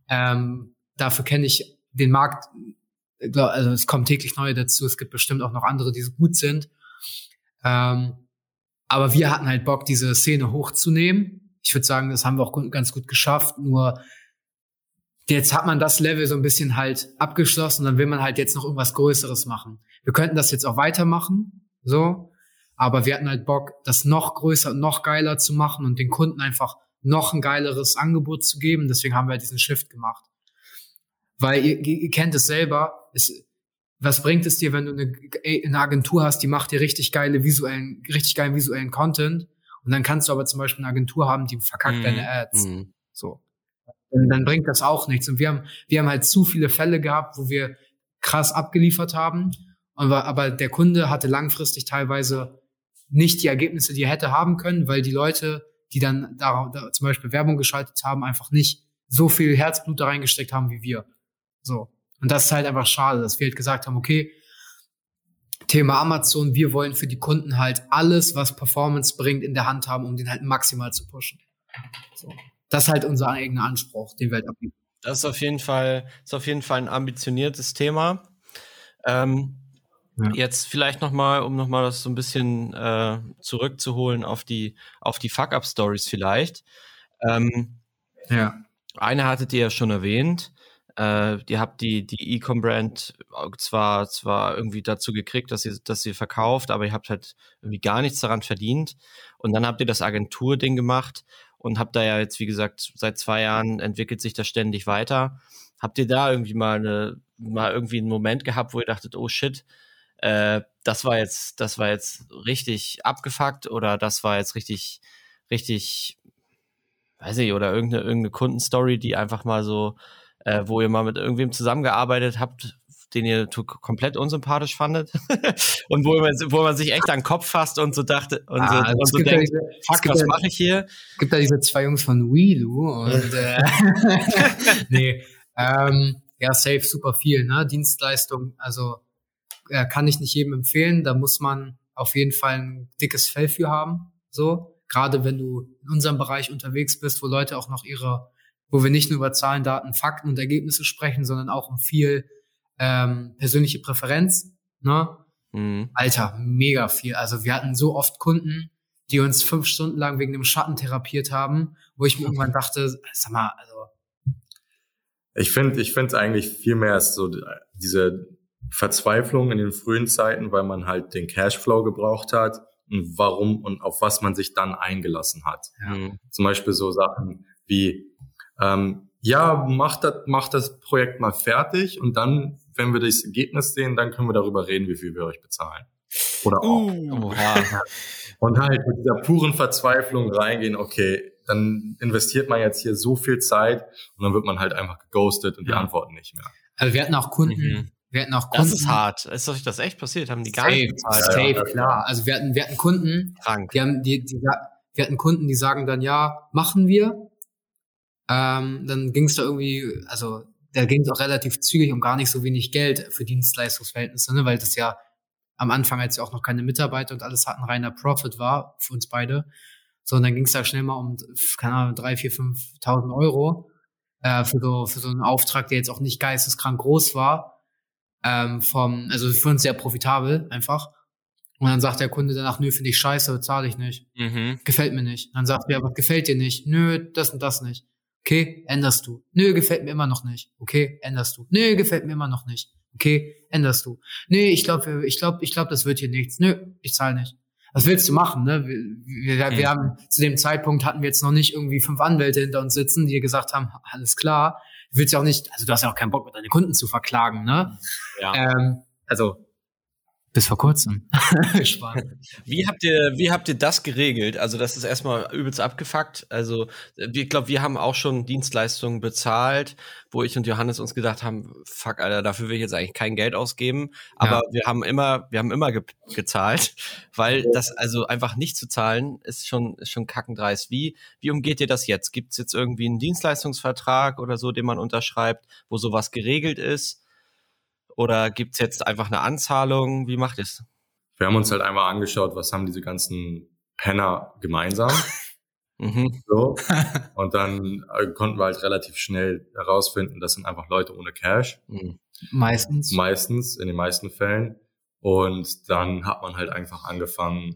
Dafür kenne ich den Markt, also es kommen täglich neue dazu, es gibt bestimmt auch noch andere, die so gut sind. Aber wir hatten halt Bock, diese Szene hochzunehmen. Ich würde sagen, das haben wir auch ganz gut geschafft, nur jetzt hat man das Level so ein bisschen halt abgeschlossen und dann will man halt jetzt noch irgendwas Größeres machen. Wir könnten das jetzt auch weitermachen, so, aber wir hatten halt Bock, das noch größer und noch geiler zu machen und den Kunden einfach noch ein geileres Angebot zu geben. Deswegen haben wir halt diesen Shift gemacht. Weil ihr kennt es selber, was bringt es dir, wenn du eine Agentur hast, die macht dir richtig geilen visuellen Content und dann kannst du aber zum Beispiel eine Agentur haben, die verkackt deine Ads. So. Und dann bringt das auch nichts. Und wir haben halt zu viele Fälle gehabt, wo wir krass abgeliefert haben, aber der Kunde hatte langfristig teilweise nicht die Ergebnisse, die er hätte haben können, weil die Leute, die dann da zum Beispiel Werbung geschaltet haben, einfach nicht so viel Herzblut da reingesteckt haben wie wir. So. Und das ist halt einfach schade, dass wir halt gesagt haben, okay, Thema Amazon, wir wollen für die Kunden halt alles, was Performance bringt, in der Hand haben, um den halt maximal zu pushen. So. Das ist halt unser eigener Anspruch, den wir halt abgeben. Das ist auf jeden Fall ein ambitioniertes Thema. Jetzt vielleicht nochmal, um nochmal das so ein bisschen zurückzuholen auf die Fuck-Up-Stories vielleicht. Eine hattet ihr ja schon erwähnt. Ihr habt die Ecom-Brand zwar irgendwie dazu gekriegt, dass ihr verkauft, aber ihr habt halt irgendwie gar nichts daran verdient. Und dann habt ihr das Agenturding gemacht und habt da ja jetzt, wie gesagt, seit 2 Jahren entwickelt sich das ständig weiter. Habt ihr da irgendwie mal irgendwie einen Moment gehabt, wo ihr dachtet, oh shit, das war jetzt richtig abgefuckt oder das war jetzt richtig, weiß ich, oder irgendeine Kundenstory, die einfach mal so, wo ihr mal mit irgendwem zusammengearbeitet habt, den ihr komplett unsympathisch fandet und wo man sich echt an den Kopf fasst und so dachte und so denkt, fuck, was mache ich hier? Es gibt da diese 2 Jungs von Wheelu und nee, ja, safe super viel, ne? Dienstleistung, also kann ich nicht jedem empfehlen, da muss man auf jeden Fall ein dickes Fell für haben, so, gerade wenn du in unserem Bereich unterwegs bist, wo Leute auch noch wo wir nicht nur über Zahlen, Daten, Fakten und Ergebnisse sprechen, sondern auch um viel persönliche Präferenz, ne? Alter, mega viel. Also wir hatten so oft Kunden, die uns 5 Stunden lang wegen dem Schatten therapiert haben, wo ich mir irgendwann dachte, sag mal, also. Ich finde eigentlich viel mehr ist so diese Verzweiflung in den frühen Zeiten, weil man halt den Cashflow gebraucht hat und warum und auf was man sich dann eingelassen hat. Ja. Zum Beispiel so Sachen wie, mach das Projekt mal fertig und dann, wenn wir das Ergebnis sehen, dann können wir darüber reden, wie viel wir euch bezahlen. Oder auch. Und halt mit dieser puren Verzweiflung reingehen, okay, dann investiert man jetzt hier so viel Zeit und dann wird man halt einfach geghostet und die antworten nicht mehr. Also wir hatten auch Kunden. Das ist hart. Ist euch das echt passiert? Haben die gar nicht bezahlt? Safe, klar. Also wir hatten Kunden, krank. Wir hatten Kunden, die sagen dann, ja, machen wir. Dann ging es da irgendwie, also da ging es auch relativ zügig um gar nicht so wenig Geld für Dienstleistungsverhältnisse, ne, weil das ja am Anfang, als wir auch noch keine Mitarbeiter und alles hatten, reiner Profit war für uns beide. So, und dann ging es da schnell mal um, keine Ahnung, 3.000, 4.000, 5.000 Euro für so einen Auftrag, der jetzt auch nicht geisteskrank groß war. Also für uns sehr profitabel einfach. Und dann sagt der Kunde danach, nö, finde ich scheiße, zahle ich nicht. Gefällt mir nicht. Dann sagt er, was gefällt dir nicht? Nö, das und das nicht. Okay, änderst du. Nö, gefällt mir immer noch nicht. Okay, änderst du. Nö, gefällt mir immer noch nicht. Okay, änderst du. Nö, ich glaube, das wird hier nichts. Nö, ich zahle nicht. Was willst du machen, ne? Wir haben, zu dem Zeitpunkt hatten wir jetzt noch nicht irgendwie 5 Anwälte hinter uns sitzen, die gesagt haben, alles klar. Du willst ja auch nicht, also du hast ja auch keinen Bock, mit deinen Kunden zu verklagen, ne? Ja. Also, bis vor kurzem. Spannend. Wie habt ihr das geregelt? Also das ist erstmal übelst abgefuckt. Also ich glaube, wir haben auch schon Dienstleistungen bezahlt, wo ich und Johannes uns gedacht haben, fuck, Alter, dafür will ich jetzt eigentlich kein Geld ausgeben. Aber wir haben immer gezahlt, weil das also einfach nicht zu zahlen ist schon kackendreist. Wie umgeht ihr das jetzt? Gibt es jetzt irgendwie einen Dienstleistungsvertrag oder so, den man unterschreibt, wo sowas geregelt ist? Oder gibt's jetzt einfach eine Anzahlung? Wie macht ihr es? Wir haben uns halt einmal angeschaut, was haben diese ganzen Penner gemeinsam. So. Und dann konnten wir halt relativ schnell herausfinden, das sind einfach Leute ohne Cash. Meistens. Meistens, in den meisten Fällen. Und dann hat man halt einfach angefangen,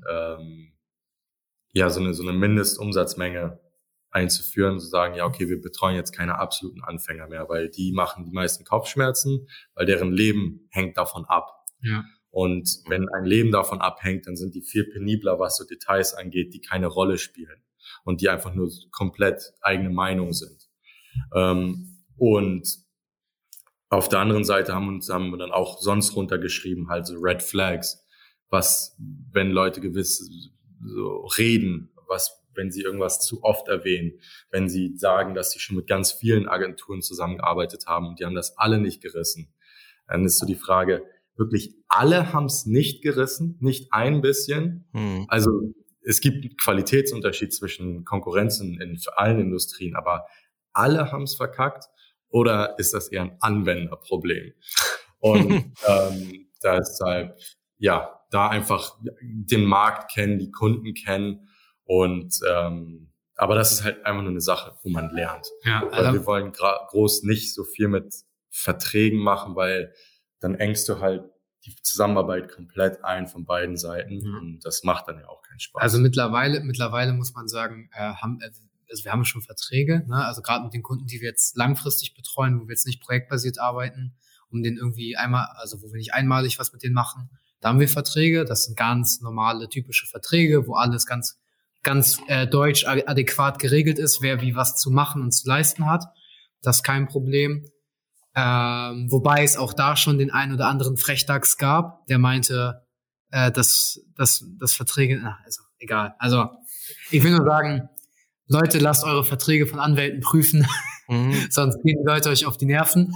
so eine Mindestumsatzmenge einzuführen, zu sagen, ja, okay, wir betreuen jetzt keine absoluten Anfänger mehr, weil die machen die meisten Kopfschmerzen, weil deren Leben hängt davon ab. Ja. Und wenn ein Leben davon abhängt, dann sind die viel penibler, was so Details angeht, die keine Rolle spielen und die einfach nur komplett eigene Meinung sind. Und auf der anderen Seite haben wir dann auch sonst runtergeschrieben, halt so Red Flags, was, wenn Leute gewiss so reden, wenn sie irgendwas zu oft erwähnen, wenn sie sagen, dass sie schon mit ganz vielen Agenturen zusammengearbeitet haben und die haben das alle nicht gerissen. Dann ist so die Frage, wirklich alle haben es nicht gerissen, nicht ein bisschen. Also es gibt einen Qualitätsunterschied zwischen Konkurrenzen in allen Industrien, aber alle haben es verkackt oder ist das eher ein Anwenderproblem? Und deshalb, ja, da einfach den Markt kennen, die Kunden kennen und aber das ist halt einfach nur eine Sache, wo man lernt. Ja, weil wir wollen groß nicht so viel mit Verträgen machen, weil dann engst du halt die Zusammenarbeit komplett ein von beiden Seiten und das macht dann ja auch keinen Spaß. Also mittlerweile muss man sagen, wir haben schon Verträge, ne? Also gerade mit den Kunden, die wir jetzt langfristig betreuen, wo wir jetzt nicht projektbasiert arbeiten, um den irgendwie wo wir nicht einmalig was mit denen machen, da haben wir Verträge. Das sind ganz normale, typische Verträge, wo alles ganz deutsch adäquat geregelt ist, wer wie was zu machen und zu leisten hat. Das ist kein Problem. Wobei es auch da schon den einen oder anderen Frechdachs gab, der meinte, dass Verträge, also egal. Also ich will nur sagen, Leute, lasst eure Verträge von Anwälten prüfen, sonst gehen die Leute euch auf die Nerven.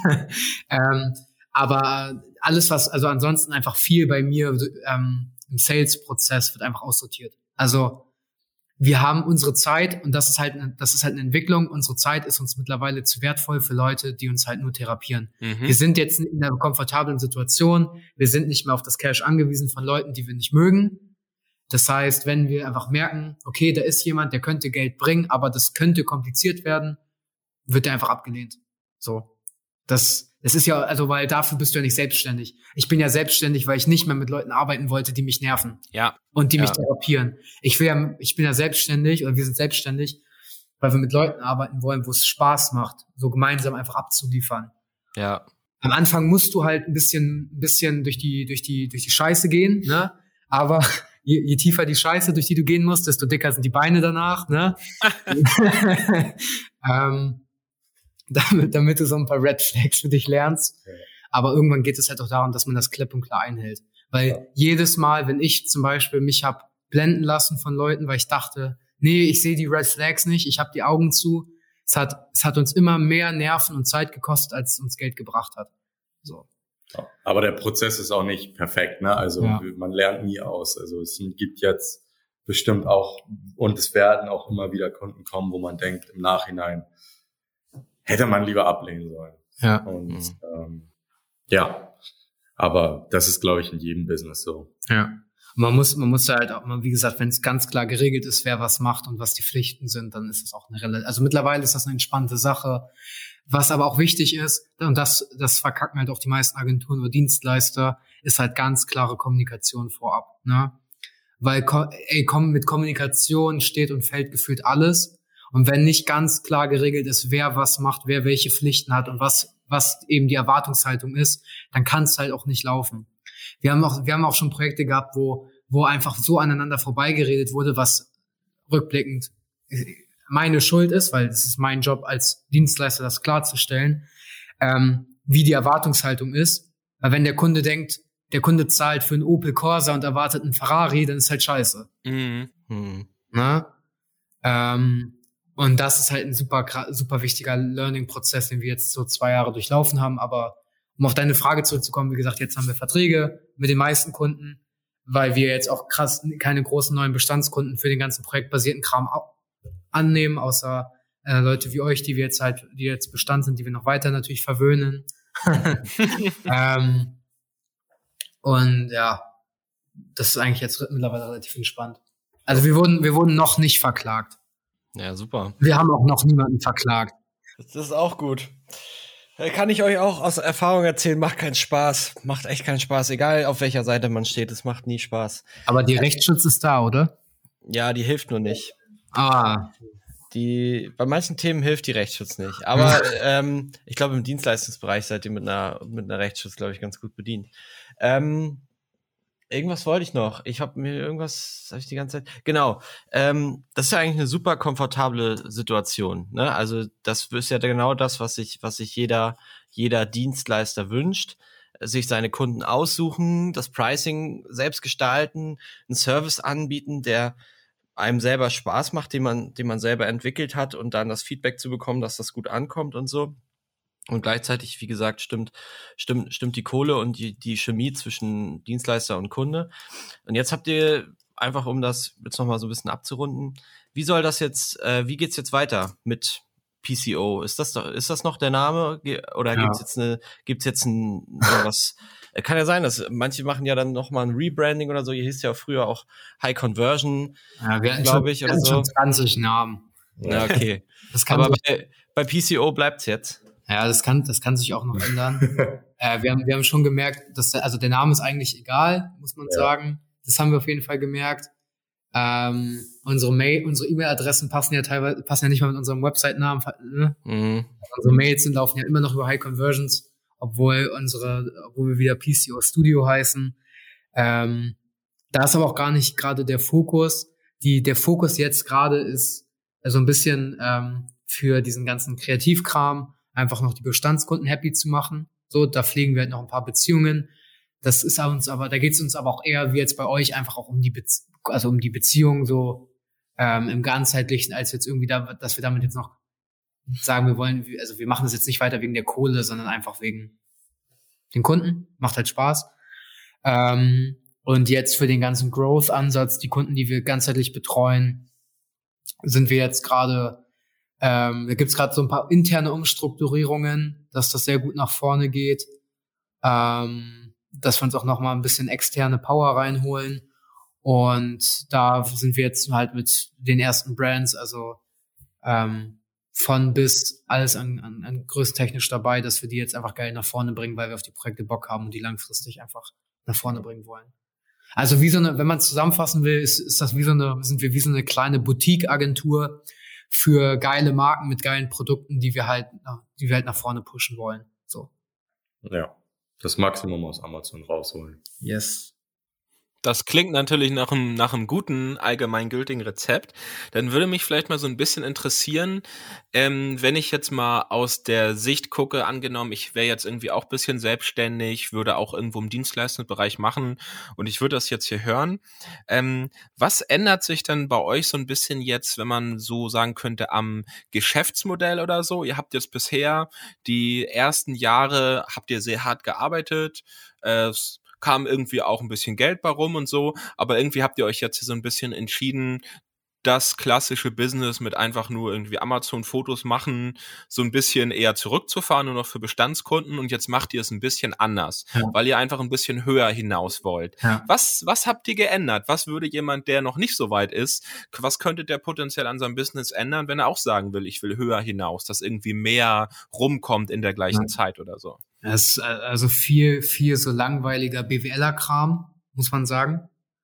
Aber alles, also ansonsten einfach viel bei mir im Sales-Prozess wird einfach aussortiert. Also wir haben unsere Zeit und das ist halt eine Entwicklung. Unsere Zeit ist uns mittlerweile zu wertvoll für Leute, die uns halt nur therapieren. Wir sind jetzt in einer komfortablen Situation. Wir sind nicht mehr auf das Cash angewiesen von Leuten, die wir nicht mögen. Das heißt, wenn wir einfach merken, okay, da ist jemand, der könnte Geld bringen, aber das könnte kompliziert werden, wird der einfach abgelehnt. So. Das ist ja, also, weil dafür bist du ja nicht selbstständig. Ich bin ja selbstständig, weil ich nicht mehr mit Leuten arbeiten wollte, die mich nerven. Ja. Und die mich therapieren. Ich bin ja selbstständig, oder wir sind selbstständig, weil wir mit Leuten arbeiten wollen, wo es Spaß macht, so gemeinsam einfach abzuliefern. Ja. Am Anfang musst du halt ein bisschen durch die Scheiße gehen, ne? Aber je tiefer die Scheiße, durch die du gehen musst, desto dicker sind die Beine danach, ne? Damit du so ein paar Red Flags für dich lernst. Ja. Aber irgendwann geht es halt auch darum, dass man das klipp und klar einhält. Weil jedes Mal, wenn ich zum Beispiel mich hab blenden lassen von Leuten, weil ich dachte, nee, ich sehe die Red Flags nicht, ich habe die Augen zu, es hat uns immer mehr Nerven und Zeit gekostet, als es uns Geld gebracht hat. So. Aber der Prozess ist auch nicht perfekt, ne? Also man lernt nie aus. Also es gibt jetzt bestimmt auch, und es werden auch immer wieder Kunden kommen, wo man denkt im Nachhinein, hätte man lieber ablehnen sollen. Ja. Und aber das ist, glaube ich, in jedem Business so. Ja. Man muss halt auch mal, wie gesagt, wenn es ganz klar geregelt ist, wer was macht und was die Pflichten sind, dann ist es auch also mittlerweile ist das eine entspannte Sache. Was aber auch wichtig ist, und das verkacken halt auch die meisten Agenturen oder Dienstleister, ist halt ganz klare Kommunikation vorab, ne? Weil, mit Kommunikation steht und fällt gefühlt alles. Und wenn nicht ganz klar geregelt ist, wer was macht, wer welche Pflichten hat und was eben die Erwartungshaltung ist, dann kann es halt auch nicht laufen. Wir haben auch schon Projekte gehabt, wo einfach so aneinander vorbeigeredet wurde, was rückblickend meine Schuld ist, weil es ist mein Job als Dienstleister, das klarzustellen, wie die Erwartungshaltung ist. Weil wenn der Kunde denkt, der Kunde zahlt für einen Opel Corsa und erwartet einen Ferrari, dann ist halt scheiße. Na? Und das ist halt ein super wichtiger Learning-Prozess, den wir jetzt so 2 Jahre durchlaufen haben. Aber um auf deine Frage zurückzukommen, wie gesagt, jetzt haben wir Verträge mit den meisten Kunden, weil wir jetzt auch keine großen neuen Bestandskunden für den ganzen projektbasierten Kram annehmen, außer Leute wie euch, die jetzt Bestand sind, die wir noch weiter natürlich verwöhnen. Und ja, das ist eigentlich jetzt mittlerweile relativ entspannt. Also wir wurden noch nicht verklagt. Ja, super. Wir haben auch noch niemanden verklagt. Das ist auch gut. Kann ich euch auch aus Erfahrung erzählen, macht keinen Spaß. Macht echt keinen Spaß, egal auf welcher Seite man steht, es macht nie Spaß. Aber die Rechtsschutz ist da, oder? Ja, die hilft nur nicht. Ah, Bei manchen Themen hilft die Rechtsschutz nicht. Aber ich glaube, im Dienstleistungsbereich seid ihr mit einer Rechtsschutz, glaube ich, ganz gut bedient. Irgendwas wollte ich noch. Hab ich die ganze Zeit. Genau. Das ist ja eigentlich eine super komfortable Situation. Ne? Also das ist ja genau das, was sich jeder Dienstleister wünscht. Sich seine Kunden aussuchen, das Pricing selbst gestalten, einen Service anbieten, der einem selber Spaß macht, den man selber entwickelt hat und dann das Feedback zu bekommen, dass das gut ankommt und so. Und gleichzeitig, wie gesagt, stimmt die Kohle und die Chemie zwischen Dienstleister und Kunde. Und jetzt habt ihr einfach, um das jetzt nochmal so ein bisschen abzurunden, wie geht's jetzt weiter mit PCO? Ist das noch der Name? Oder Ja. gibt's jetzt was? Kann ja sein, dass manche machen ja dann nochmal ein Rebranding oder so. Ihr hieß ja früher auch High Conversion, ja, wir hatten glaube ich, oder so. schon 20 Namen. Ja, okay. Das kann Aber sich, bei PCO bleibt's jetzt. ja, das kann sich auch noch ändern. Wir haben schon gemerkt, also der Name ist eigentlich egal, muss man sagen. Das haben wir auf jeden Fall gemerkt. Unsere E-Mail-Adressen passen ja nicht mal mit unserem Website-Namen. Ne? Mhm. Unsere Mails laufen ja immer noch über High Conversions, obwohl wir wieder PCO Studio heißen. Da ist aber auch gar nicht gerade der Fokus. Der Fokus jetzt gerade ist so ein bisschen für diesen ganzen Kreativkram einfach noch die Bestandskunden happy zu machen. So, da pflegen wir halt noch ein paar Beziehungen. Da geht es uns aber auch eher wie jetzt bei euch einfach auch um die Beziehung so im Ganzheitlichen, als jetzt irgendwie dass wir damit jetzt noch sagen, wir machen das jetzt nicht weiter wegen der Kohle, sondern einfach wegen den Kunden. Macht halt Spaß. Und jetzt für den ganzen Growth-Ansatz, die Kunden, die wir ganzheitlich betreuen, sind wir jetzt gerade, da gibt's gerade so ein paar interne Umstrukturierungen, dass das sehr gut nach vorne geht, dass wir uns auch noch mal ein bisschen externe Power reinholen. Und da sind wir jetzt halt mit den ersten Brands, also von bis alles an größtentechnisch dabei, dass wir die jetzt einfach geil nach vorne bringen, weil wir auf die Projekte Bock haben und die langfristig einfach nach vorne bringen wollen. Also wenn man es zusammenfassen will, sind wir wie so eine kleine Boutique-Agentur für geile Marken mit geilen Produkten, die wir halt nach vorne pushen wollen. So. Ja, das Maximum aus Amazon rausholen. Yes. Das klingt natürlich nach einem guten, allgemeingültigen Rezept. Dann würde mich vielleicht mal so ein bisschen interessieren, wenn ich jetzt mal aus der Sicht gucke, angenommen, ich wäre jetzt irgendwie auch ein bisschen selbstständig, würde auch irgendwo im Dienstleistungsbereich machen und ich würde das jetzt hier hören. Was ändert sich denn bei euch so ein bisschen jetzt, wenn man so sagen könnte, am Geschäftsmodell oder so? Ihr habt jetzt bisher die ersten Jahre, habt ihr sehr hart gearbeitet, es kam irgendwie auch ein bisschen Geld bei rum und so, aber irgendwie habt ihr euch jetzt so ein bisschen entschieden, das klassische Business mit einfach nur irgendwie Amazon-Fotos machen, so ein bisschen eher zurückzufahren, nur noch für Bestandskunden, und jetzt macht ihr es ein bisschen anders, weil ihr einfach ein bisschen höher hinaus wollt. Ja. Was habt ihr geändert? Was würde jemand, der noch nicht so weit ist, was könnte der potenziell an seinem Business ändern, wenn er auch sagen will, ich will höher hinaus, dass irgendwie mehr rumkommt in der gleichen Zeit oder so? Das ist also viel so langweiliger BWLer-Kram, muss man sagen.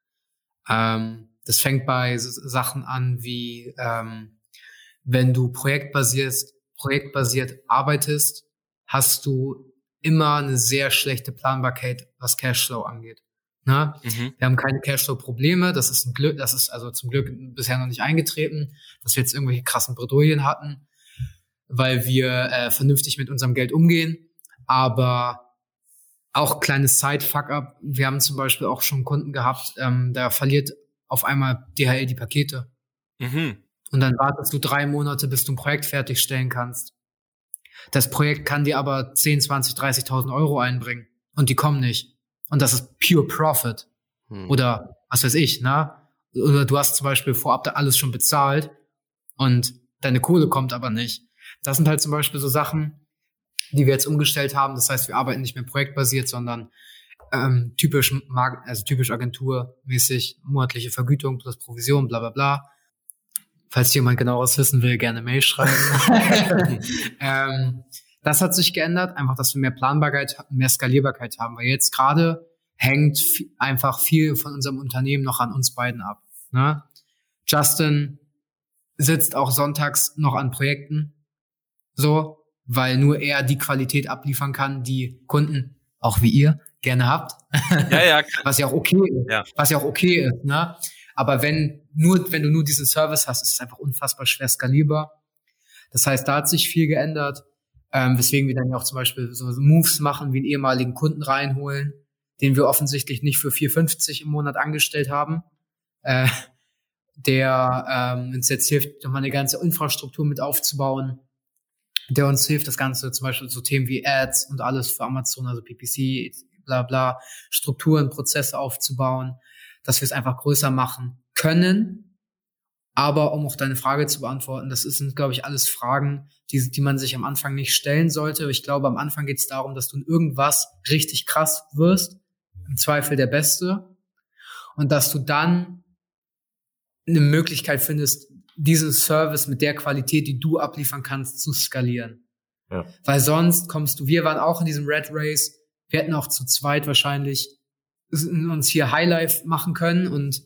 Das fängt bei Sachen an wie, wenn du projektbasiert arbeitest, hast du immer eine sehr schlechte Planbarkeit, was Cashflow angeht. Ne? Wir haben keine Cashflow-Probleme, das ist also zum Glück bisher noch nicht eingetreten, dass wir jetzt irgendwelche krassen Bredouillen hatten, weil wir vernünftig mit unserem Geld umgehen. Aber auch kleines Side-Fuck-up. Wir haben zum Beispiel auch schon Kunden gehabt, da verliert auf einmal DHL die Pakete. Und dann wartest du 3 Monate, bis du ein Projekt fertigstellen kannst. Das Projekt kann dir aber 10, 20, 30.000 Euro einbringen. Und die kommen nicht. Und das ist pure Profit. Oder was weiß ich, ne? Oder du hast zum Beispiel vorab da alles schon bezahlt und deine Kohle kommt aber nicht. Das sind halt zum Beispiel so Sachen, die wir jetzt umgestellt haben. Das heißt, wir arbeiten nicht mehr projektbasiert, sondern typisch agenturmäßig, monatliche Vergütung plus Provision, bla bla bla. Falls jemand genaueres wissen will, gerne Mail schreiben. Das hat sich geändert, einfach, dass wir mehr Planbarkeit, mehr Skalierbarkeit haben, weil jetzt gerade hängt einfach viel von unserem Unternehmen noch an uns beiden ab. Ne? Justin sitzt auch sonntags noch an Projekten, so, weil nur er die Qualität abliefern kann, die Kunden, auch wie ihr, gerne habt. Ja. Was ja auch okay ist. Ja. Was ja auch okay ist, ne? Aber wenn du nur diesen Service hast, ist es einfach unfassbar schwer skalierbar. Das heißt, da hat sich viel geändert, weswegen wir dann ja auch zum Beispiel so Moves machen, wie einen ehemaligen Kunden reinholen, den wir offensichtlich nicht für 4,50 im Monat angestellt haben, der uns jetzt hilft, nochmal eine ganze Infrastruktur mit aufzubauen, der uns hilft, das Ganze zum Beispiel so Themen wie Ads und alles für Amazon, also PPC, bla bla, Strukturen, Prozesse aufzubauen, dass wir es einfach größer machen können. Aber um auch deine Frage zu beantworten, das sind, glaube ich, alles Fragen, die man sich am Anfang nicht stellen sollte. Ich glaube, am Anfang geht es darum, dass du in irgendwas richtig krass wirst, im Zweifel der Beste, und dass du dann eine Möglichkeit findest, diesen Service mit der Qualität, die du abliefern kannst, zu skalieren. Ja. Weil sonst wir waren auch in diesem Red Race, wir hätten auch zu zweit wahrscheinlich uns hier Highlife machen können und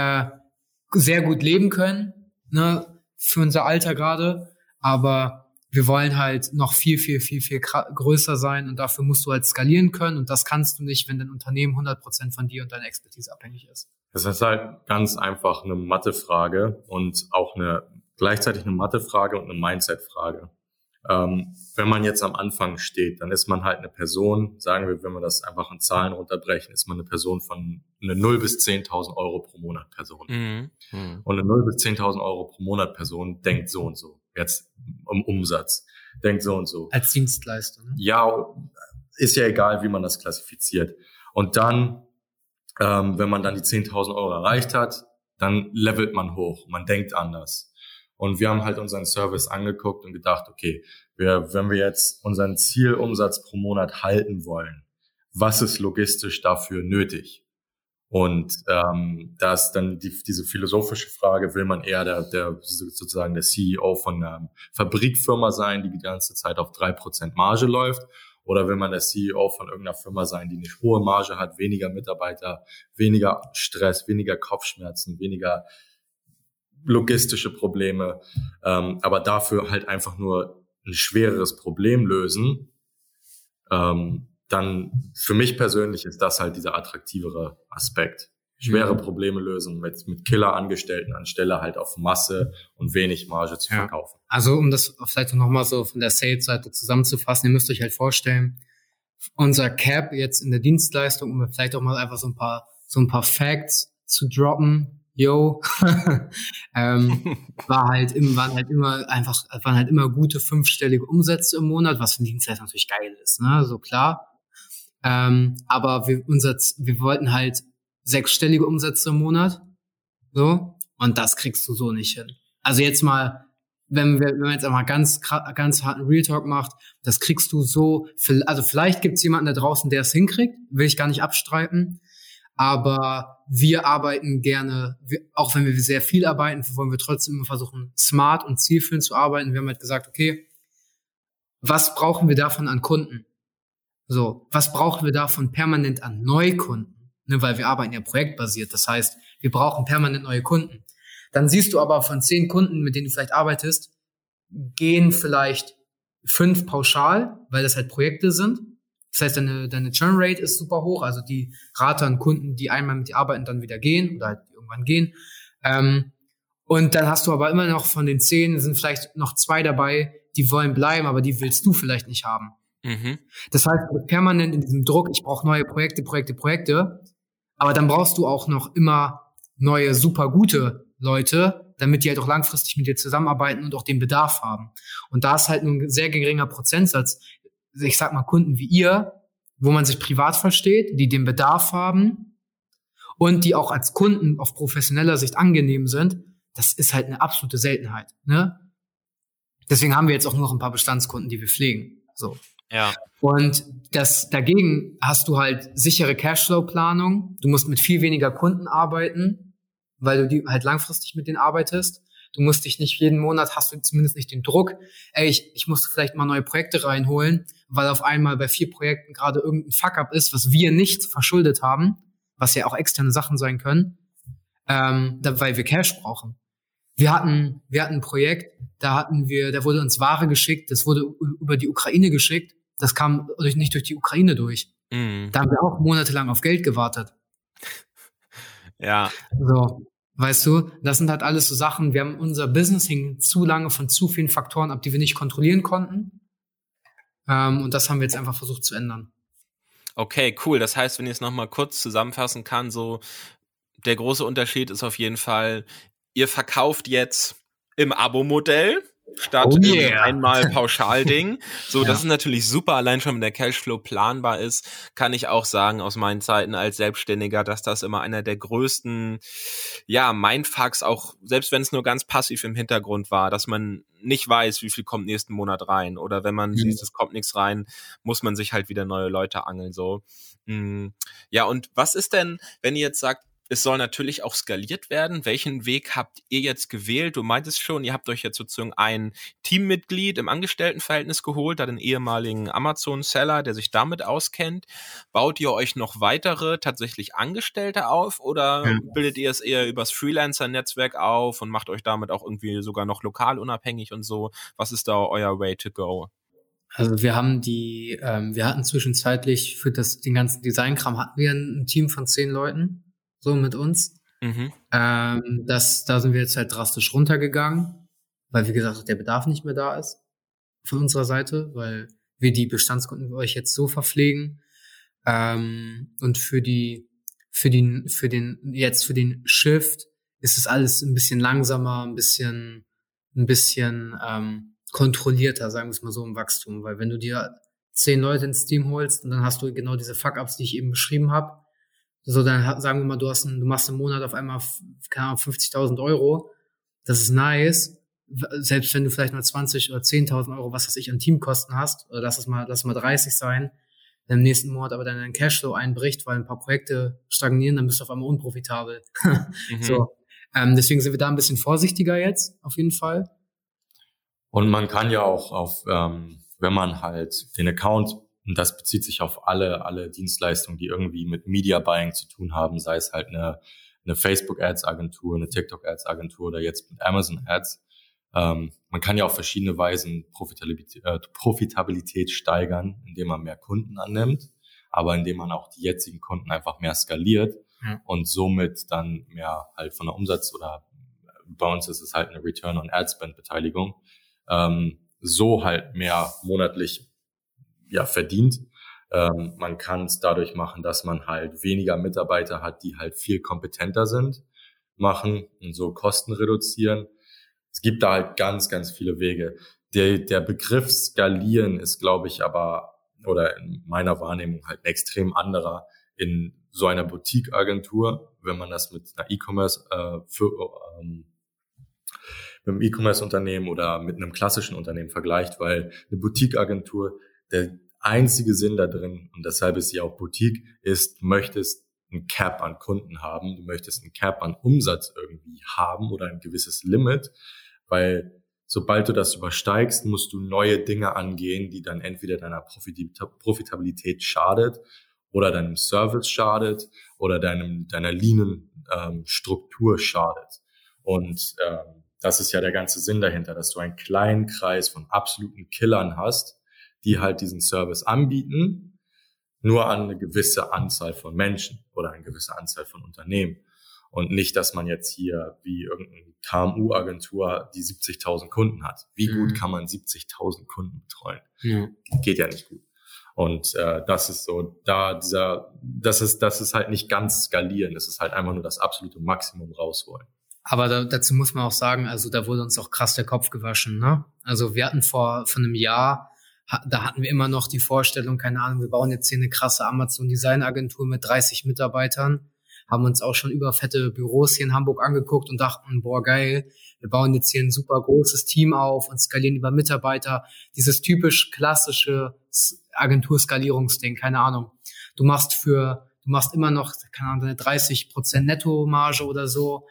sehr gut leben können, ne, für unser Alter gerade, aber wir wollen halt noch viel größer sein, und dafür musst du halt skalieren können, und das kannst du nicht, wenn dein Unternehmen 100% von dir und deiner Expertise abhängig ist. Das ist halt ganz einfach eine Mathefrage und auch gleichzeitig eine Mathefrage und eine Mindset-Frage. Wenn man jetzt am Anfang steht, dann ist man halt eine Person, sagen wir, wenn wir das einfach in Zahlen runterbrechen, ist man eine Person von eine 0 bis 10.000 Euro pro Monat Person. Und eine 0 bis 10.000 Euro pro Monat Person denkt so und so, jetzt im Umsatz, denkt so und so. Als Dienstleister, ne? Ja, ist ja egal, wie man das klassifiziert. Und dann, wenn man dann die 10.000 Euro erreicht hat, dann levelt man hoch, man denkt anders. Und wir haben halt unseren Service angeguckt und gedacht, okay, wenn wir jetzt unseren Zielumsatz pro Monat halten wollen, was ist logistisch dafür nötig? Und da ist dann diese philosophische Frage, will man eher sozusagen der CEO von einer Fabrikfirma sein, die ganze Zeit auf 3% Marge läuft? Oder will man der CEO von irgendeiner Firma sein, die eine hohe Marge hat, weniger Mitarbeiter, weniger Stress, weniger Kopfschmerzen, weniger logistische Probleme, aber dafür halt einfach nur ein schwereres Problem lösen, dann für mich persönlich ist das halt dieser attraktivere Aspekt. Schwere Probleme lösen mit Killer-Angestellten anstelle halt auf Masse und wenig Marge zu verkaufen. Also um das vielleicht nochmal so von der Sales-Seite zusammenzufassen, ihr müsst euch halt vorstellen, unser Cap jetzt in der Dienstleistung, um vielleicht auch mal einfach so ein paar Facts zu droppen, waren halt immer gute 5-stellige Umsätze im Monat, was für einen Dienstleister natürlich geil ist, ne, so klar. Aber wir wollten halt 6-stellige Umsätze im Monat, so, und das kriegst du so nicht hin. Also jetzt mal, wenn man jetzt einmal ganz harten Real Talk macht, das kriegst du so, also vielleicht gibt's jemanden da draußen, der es hinkriegt, will ich gar nicht abstreiten. Aber wir arbeiten gerne, auch wenn wir sehr viel arbeiten, wollen wir trotzdem immer versuchen, smart und zielführend zu arbeiten. Wir haben halt gesagt, okay, was brauchen wir davon an Kunden? So, was brauchen wir davon permanent an Neukunden? Ne, weil wir arbeiten ja projektbasiert. Das heißt, wir brauchen permanent neue Kunden. Dann siehst du aber von 10 Kunden, mit denen du vielleicht arbeitest, gehen vielleicht 5 pauschal, weil das halt Projekte sind. Das heißt, deine Churn-Rate ist super hoch, also die Rate an Kunden, die einmal mit dir arbeiten, dann wieder gehen oder halt irgendwann gehen. Und dann hast du aber immer noch von den 10 sind vielleicht noch 2 dabei, die wollen bleiben, aber die willst du vielleicht nicht haben. Das heißt, du bist permanent in diesem Druck, ich brauche neue Projekte, aber dann brauchst du auch noch immer neue, super gute Leute, damit die halt auch langfristig mit dir zusammenarbeiten und auch den Bedarf haben. Und da ist halt nur ein sehr geringer Prozentsatz, ich sag mal Kunden wie ihr, wo man sich privat versteht, die den Bedarf haben und die auch als Kunden auf professioneller Sicht angenehm sind, das ist halt eine absolute Seltenheit, ne? Deswegen haben wir jetzt auch nur noch ein paar Bestandskunden, die wir pflegen, so. Ja. Und dagegen hast du halt sichere Cashflow-Planung. Du musst mit viel weniger Kunden arbeiten, weil du die halt langfristig mit denen arbeitest. Du musst dich nicht jeden Monat, hast du zumindest nicht den Druck, ich muss vielleicht mal neue Projekte reinholen, weil auf einmal bei 4 Projekten gerade irgendein Fuck-up ist, was wir nicht verschuldet haben, was ja auch externe Sachen sein können, weil wir Cash brauchen. Wir hatten ein Projekt, da wurde uns Ware geschickt, das wurde über die Ukraine geschickt, das kam nicht durch die Ukraine durch. Mhm. Da haben wir auch monatelang auf Geld gewartet. Ja. So, weißt du, das sind halt alles so Sachen, unser Business hing zu lange von zu vielen Faktoren ab, die wir nicht kontrollieren konnten. Und das haben wir jetzt einfach versucht zu ändern. Okay, cool. Das heißt, wenn ich es nochmal kurz zusammenfassen kann, so der große Unterschied ist auf jeden Fall, ihr verkauft jetzt im Abo-Modell statt im einmal Pauschalding. So, das ist natürlich super, allein schon wenn der Cashflow planbar ist, kann ich auch sagen aus meinen Zeiten als Selbstständiger, dass das immer einer der größten, Mindfucks auch, selbst wenn es nur ganz passiv im Hintergrund war, dass man nicht weiß, wie viel kommt nächsten Monat rein, oder wenn man sieht, es kommt nichts rein, muss man sich halt wieder neue Leute angeln, so. Ja, und was ist denn, wenn ihr jetzt sagt, es soll natürlich auch skaliert werden. Welchen Weg habt ihr jetzt gewählt? Du meintest schon, ihr habt euch jetzt sozusagen ein Teammitglied im Angestelltenverhältnis geholt, einen ehemaligen Amazon-Seller, der sich damit auskennt. Baut ihr euch noch weitere tatsächlich Angestellte auf oder bildet ihr es eher übers Freelancer-Netzwerk auf und macht euch damit auch irgendwie sogar noch lokal unabhängig und so? Was ist da euer Way to go? Also wir hatten zwischenzeitlich für den ganzen Designkram hatten wir ein Team von 10 Leuten. So mit uns. Da sind wir jetzt halt drastisch runtergegangen, weil wie gesagt der Bedarf nicht mehr da ist von unserer Seite, weil wir die Bestandskunden für euch jetzt so verpflegen. Und für den Shift ist es alles ein bisschen langsamer, ein bisschen kontrollierter, sagen wir es mal so, im Wachstum, weil wenn du dir 10 Leute ins Team holst und dann hast du genau diese Fuck-ups, die ich eben beschrieben habe. So, dann sagen wir mal, du machst im Monat auf einmal, keine Ahnung, 50.000 Euro. Das ist nice. Selbst wenn du vielleicht mal 20 oder 10.000 Euro, was weiß ich, an Teamkosten hast, oder lass es mal 30 sein, wenn im nächsten Monat aber dann dein Cashflow einbricht, weil ein paar Projekte stagnieren, dann bist du auf einmal unprofitabel. So, deswegen sind wir da ein bisschen vorsichtiger jetzt, auf jeden Fall. Und man kann ja auch wenn man halt den Account, und das bezieht sich auf alle Dienstleistungen, die irgendwie mit Media Buying zu tun haben, sei es halt eine Facebook-Ads-Agentur, eine TikTok-Ads-Agentur oder jetzt mit Amazon-Ads. Man kann ja auf verschiedene Weisen Profitabilität steigern, indem man mehr Kunden annimmt, aber indem man auch die jetzigen Kunden einfach mehr skaliert und somit dann mehr halt von der Umsatz oder bei uns ist es halt eine Return on Ad Spend Beteiligung, so halt mehr monatlich verdient. Man kann es dadurch machen, dass man halt weniger Mitarbeiter hat, die halt viel kompetenter sind, machen und so Kosten reduzieren. Es gibt da halt ganz, ganz viele Wege. Der Begriff skalieren ist, glaube ich, aber, oder in meiner Wahrnehmung halt ein extrem anderer in so einer Boutique-Agentur, wenn man das mit einer mit einem E-Commerce-Unternehmen oder mit einem klassischen Unternehmen vergleicht, weil eine Boutique-Agentur, der einzige Sinn da drin, und deshalb ist sie auch Boutique, ist, du möchtest ein Cap an Kunden haben, du möchtest ein Cap an Umsatz irgendwie haben oder ein gewisses Limit, weil sobald du das übersteigst, musst du neue Dinge angehen, die dann entweder deiner Profitabilität schadet oder deinem Service schadet oder deiner Lean-Struktur schadet. Und das ist ja der ganze Sinn dahinter, dass du einen kleinen Kreis von absoluten Killern hast, die halt diesen Service anbieten, nur an eine gewisse Anzahl von Menschen oder eine gewisse Anzahl von Unternehmen. Und nicht, dass man jetzt hier wie irgendeine KMU-Agentur die 70.000 Kunden hat. Wie gut kann man 70.000 Kunden betreuen? Geht ja nicht gut. Und das ist so, das ist halt nicht ganz skalieren. Das ist halt einfach nur das absolute Maximum rausholen. Aber dazu muss man auch sagen, also da wurde uns auch krass der Kopf gewaschen, ne? Also wir hatten vor einem Jahr, da hatten wir immer noch die Vorstellung, keine Ahnung, wir bauen jetzt hier eine krasse Amazon-Design-Agentur mit 30 Mitarbeitern, haben uns auch schon über fette Büros hier in Hamburg angeguckt und dachten, boah, geil, wir bauen jetzt hier ein super großes Team auf und skalieren über Mitarbeiter. Dieses typisch klassische Agenturskalierungsding, keine Ahnung. Du machst immer noch, keine Ahnung, eine 30% Nettomarge oder so.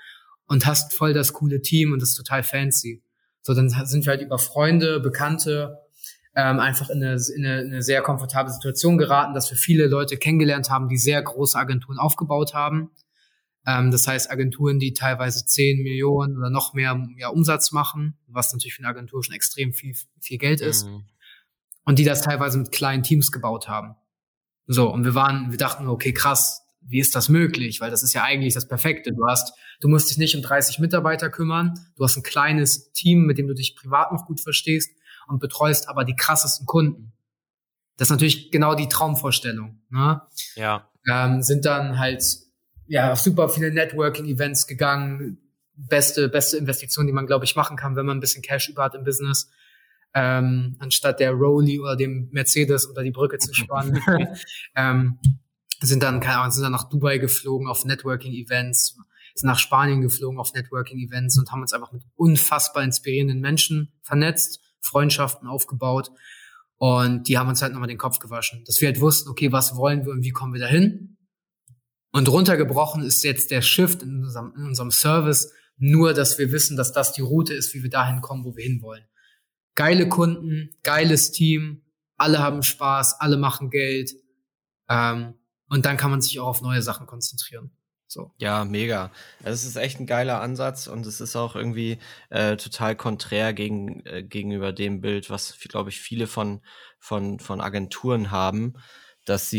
und hast voll das coole Team und das ist total fancy. So, dann sind wir halt über Freunde, Bekannte einfach in eine sehr komfortable Situation geraten, dass wir viele Leute kennengelernt haben, die sehr große Agenturen aufgebaut haben. Das heißt, Agenturen, die teilweise 10 Millionen oder noch mehr Umsatz machen, was natürlich für eine Agentur schon extrem viel Geld ist. Und die das teilweise mit kleinen Teams gebaut haben. So, und wir dachten, okay, krass, wie ist das möglich? Weil das ist ja eigentlich das Perfekte. Du musst dich nicht um 30 Mitarbeiter kümmern. Du hast ein kleines Team, mit dem du dich privat noch gut verstehst und betreust aber die krassesten Kunden. Das ist natürlich genau die Traumvorstellung, ne? Ja. Sind dann halt, auf super viele Networking-Events gegangen. Beste Investition, die man, glaube ich, machen kann, wenn man ein bisschen Cash über hat im Business. Anstatt der Rolli oder dem Mercedes unter die Brücke zu spannen. Sind dann nach Dubai geflogen auf Networking-Events, sind nach Spanien geflogen auf Networking-Events und haben uns einfach mit unfassbar inspirierenden Menschen vernetzt, Freundschaften aufgebaut und die haben uns halt nochmal den Kopf gewaschen. Dass wir halt wussten, okay, was wollen wir und wie kommen wir dahin? Und runtergebrochen ist jetzt der Shift in unserem Service nur, dass wir wissen, dass das die Route ist, wie wir dahin kommen, wo wir hinwollen. Geile Kunden, geiles Team, alle haben Spaß, alle machen Geld, und dann kann man sich auch auf neue Sachen konzentrieren. So. Ja, mega. Das ist echt ein geiler Ansatz und es ist auch irgendwie total konträr gegenüber dem Bild, was, glaube ich, viele von Agenturen haben, dass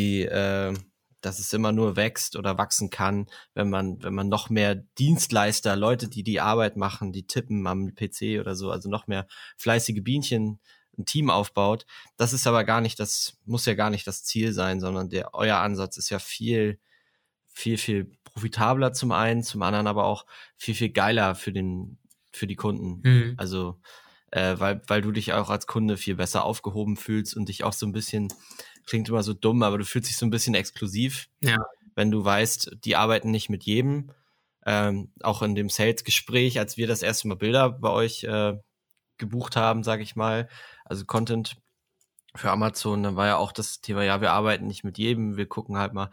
es immer nur wächst oder wachsen kann, wenn man noch mehr Dienstleister, Leute, die Arbeit machen, die tippen am PC oder so, also noch mehr fleißige Bienchen, ein Team aufbaut. Das ist aber muss ja gar nicht das Ziel sein, sondern euer Ansatz ist ja viel, viel, viel profitabler zum einen, zum anderen aber auch viel, viel geiler für die Kunden. Mhm. Also, weil du dich auch als Kunde viel besser aufgehoben fühlst und dich auch so ein bisschen, klingt immer so dumm, aber du fühlst dich so ein bisschen exklusiv, wenn du weißt, die arbeiten nicht mit jedem. Auch in dem Sales-Gespräch, als wir das erste Mal Bilder bei euch gebucht haben, sage ich mal, also Content für Amazon, dann war ja auch das Thema, wir arbeiten nicht mit jedem, wir gucken halt mal,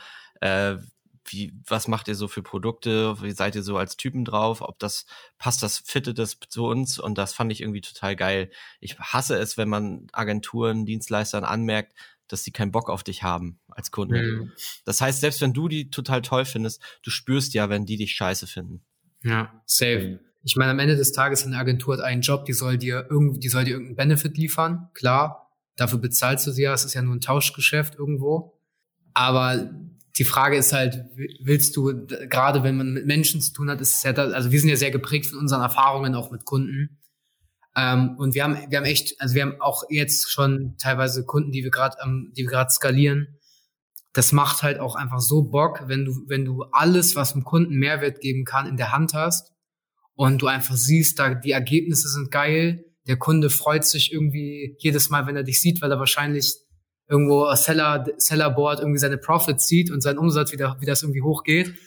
was macht ihr so für Produkte, wie seid ihr so als Typen drauf, fittet das zu uns, und das fand ich irgendwie total geil. Ich hasse es, wenn man Agenturen, Dienstleistern anmerkt, dass sie keinen Bock auf dich haben als Kunde. Mhm. Das heißt, selbst wenn du die total toll findest, du spürst ja, wenn die dich scheiße finden. Ja, safe. Ich meine, am Ende des Tages eine Agentur hat einen Job, die soll dir irgendeinen Benefit liefern. Klar, dafür bezahlst du sie ja, es ist ja nur ein Tauschgeschäft irgendwo. Aber die Frage ist halt, willst du, gerade wenn man mit Menschen zu tun hat, ist es ja, also wir sind ja sehr geprägt von unseren Erfahrungen auch mit Kunden. Und wir haben auch jetzt schon teilweise Kunden, die wir gerade skalieren. Das macht halt auch einfach so Bock, wenn du alles, was dem Kunden Mehrwert geben kann, in der Hand hast und du einfach siehst, da die Ergebnisse sind geil. Der Kunde freut sich irgendwie jedes Mal, wenn er dich sieht, weil er wahrscheinlich irgendwo Sellerboard irgendwie seine Profits sieht und seinen Umsatz wie das irgendwie hochgeht.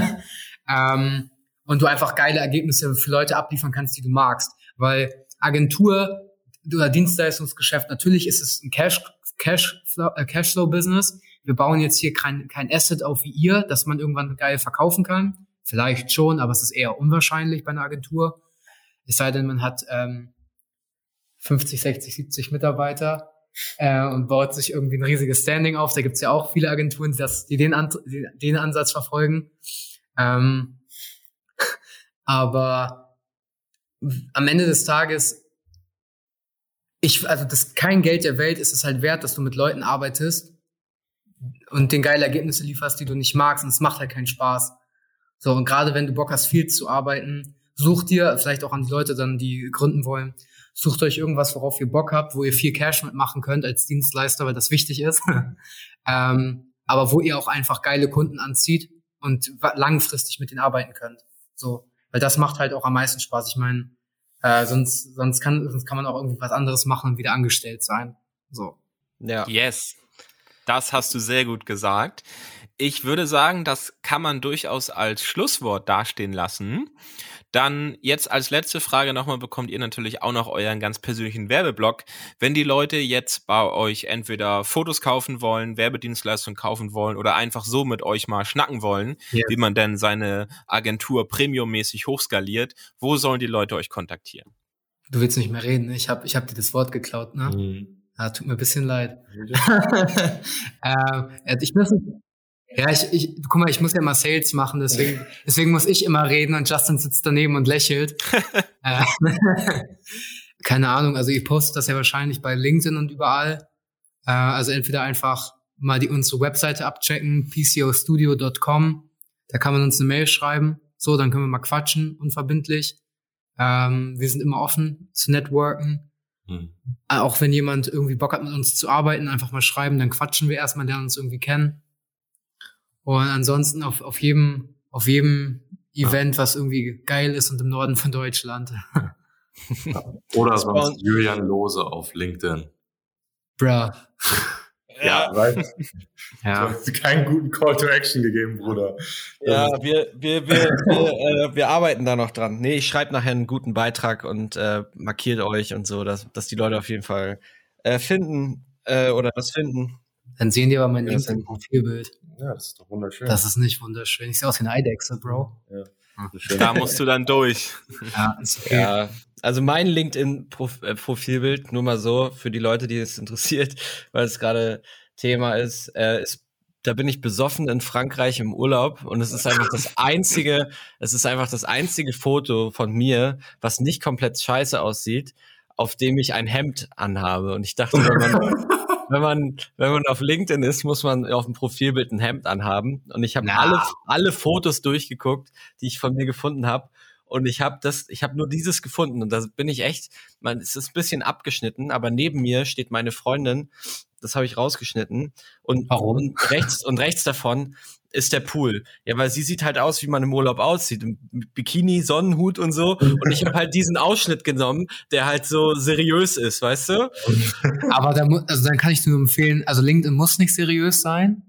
Und du einfach geile Ergebnisse für Leute abliefern kannst, die du magst. Weil Agentur oder Dienstleistungsgeschäft, natürlich ist es ein Cashflow-Business. Wir bauen jetzt hier kein Asset auf wie ihr, dass man irgendwann geil verkaufen kann. Vielleicht schon, aber es ist eher unwahrscheinlich bei einer Agentur. Es sei denn, man hat 50, 60, 70 Mitarbeiter und baut sich irgendwie ein riesiges Standing auf. Da gibt's ja auch viele Agenturen, die den Ansatz verfolgen. Aber am Ende des Tages, das kein Geld der Welt ist es halt wert, dass du mit Leuten arbeitest und den geile Ergebnisse lieferst, die du nicht magst, und es macht halt keinen Spaß. So, und gerade wenn du Bock hast, viel zu arbeiten, such dir, vielleicht auch an die Leute dann, die gründen wollen, sucht euch irgendwas, worauf ihr Bock habt, wo ihr viel Cash mitmachen könnt als Dienstleister, weil das wichtig ist. Aber wo ihr auch einfach geile Kunden anzieht und langfristig mit denen arbeiten könnt. So, weil das macht halt auch am meisten Spaß. Ich meine, sonst kann man auch irgendwie was anderes machen und wieder angestellt sein. So. Ja. Yes. Das hast du sehr gut gesagt. Ich würde sagen, das kann man durchaus als Schlusswort dastehen lassen. Dann jetzt als letzte Frage nochmal, bekommt ihr natürlich auch noch euren ganz persönlichen Werbeblock. Wenn die Leute jetzt bei euch entweder Fotos kaufen wollen, Werbedienstleistungen kaufen wollen oder einfach so mit euch mal schnacken wollen, wie man denn seine Agentur premiummäßig hochskaliert, wo sollen die Leute euch kontaktieren? Du willst nicht mehr reden, ich hab dir das Wort geklaut, ne? Ja, tut mir ein bisschen leid. Guck mal, ich muss ja immer Sales machen, deswegen muss ich immer reden und Justin sitzt daneben und lächelt. Keine Ahnung, also ihr postet das ja wahrscheinlich bei LinkedIn und überall. Also entweder einfach mal unsere Webseite abchecken, pcostudio.com. Da kann man uns eine Mail schreiben. So, dann können wir mal quatschen, unverbindlich. Wir sind immer offen zu networken. Auch wenn jemand irgendwie Bock hat, mit uns zu arbeiten, einfach mal schreiben, dann quatschen wir erstmal, lernen uns irgendwie kennen. Und ansonsten auf jedem Event, was irgendwie geil ist und im Norden von Deutschland. Oder sonst Julian Lose auf LinkedIn. Bruh. Ja, weißt du? Ja. Du hast keinen guten Call to Action gegeben, Bruder. Ja, wir arbeiten da noch dran. Nee, ich schreibe nachher einen guten Beitrag und markiert euch und so, dass die Leute auf jeden Fall finden oder was finden. Dann sehen die aber mein LinkedIn-Profilbild. Ja, das ist doch wunderschön. Das ist nicht wunderschön. Ich sehe aus wie eine Eidechse, Bro. Ja. Da musst du dann durch. Ja, ist okay. Ja, also mein LinkedIn-Profilbild, nur mal so, für die Leute, die es interessiert, weil es gerade Thema ist, da bin ich besoffen in Frankreich im Urlaub und es ist einfach das einzige Foto von mir, was nicht komplett scheiße aussieht, auf dem ich ein Hemd anhabe. Und ich dachte, wenn man auf LinkedIn ist, muss man auf dem Profilbild ein Hemd anhaben. Und ich habe alle Fotos durchgeguckt, die ich von mir gefunden habe. Und ich habe nur dieses gefunden. Und da bin ich echt, es ist ein bisschen abgeschnitten, aber neben mir steht meine Freundin. Das habe ich rausgeschnitten. Und warum? Und rechts davon ist der Pool. Ja, weil sie sieht halt aus, wie man im Urlaub aussieht. Mit Bikini, Sonnenhut und so. Und ich habe halt diesen Ausschnitt genommen, der halt so seriös ist, weißt du? Aber dann kann ich dir nur empfehlen, also LinkedIn muss nicht seriös sein.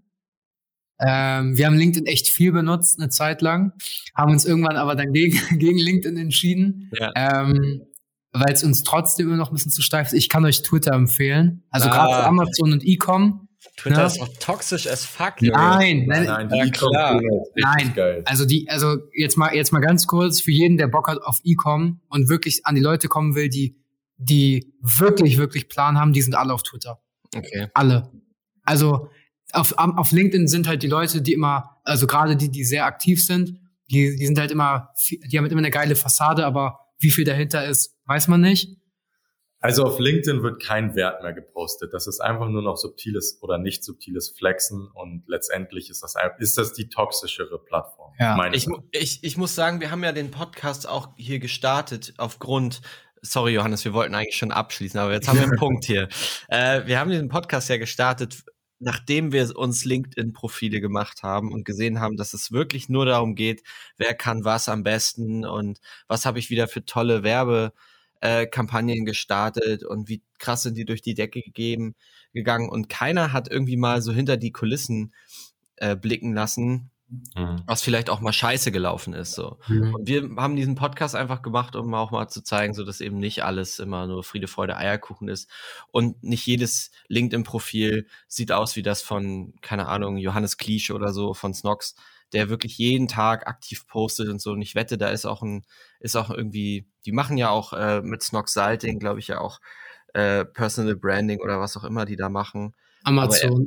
Wir haben LinkedIn echt viel benutzt, eine Zeit lang. Haben uns irgendwann aber dann gegen LinkedIn entschieden. Ja. Weil es uns trotzdem immer noch ein bisschen zu steif ist. Ich kann euch Twitter empfehlen. Also gerade für Amazon und E-Com. Twitter ist auch toxisch as fuck. Nein, die klar. Nein, geil. Also jetzt mal ganz kurz für jeden, der Bock hat auf E-Com und wirklich an die Leute kommen will, die wirklich, wirklich Plan haben, die sind alle auf Twitter. Okay. Alle. Also auf LinkedIn sind halt die Leute, die immer, also gerade die sehr aktiv sind, die sind halt immer, die haben halt immer eine geile Fassade, aber wie viel dahinter ist, weiß man nicht. Also auf LinkedIn wird kein Wert mehr gepostet. Das ist einfach nur noch subtiles oder nicht subtiles Flexen und letztendlich ist das die toxischere Plattform. Ja. Ich muss sagen, wir haben ja den Podcast auch hier gestartet aufgrund, sorry Johannes, wir wollten eigentlich schon abschließen, aber jetzt haben wir einen Punkt hier. Wir haben diesen Podcast ja gestartet, nachdem wir uns LinkedIn-Profile gemacht haben und gesehen haben, dass es wirklich nur darum geht, wer kann was am besten und was habe ich wieder für tolle Werbekampagnen gestartet und wie krass sind die durch die Decke gegangen und keiner hat irgendwie mal so hinter die Kulissen blicken lassen, was vielleicht auch mal scheiße gelaufen ist. So. Und wir haben diesen Podcast einfach gemacht, um auch mal zu zeigen, so dass eben nicht alles immer nur Friede, Freude, Eierkuchen ist und nicht jedes LinkedIn-Profil sieht aus wie das von, keine Ahnung, Johannes Kliesch oder so von Snox, der wirklich jeden Tag aktiv postet und so. Und ich wette, da ist auch irgendwie, die machen ja auch mit Snox Salting, glaube ich, ja auch Personal Branding oder was auch immer die da machen. Amazon.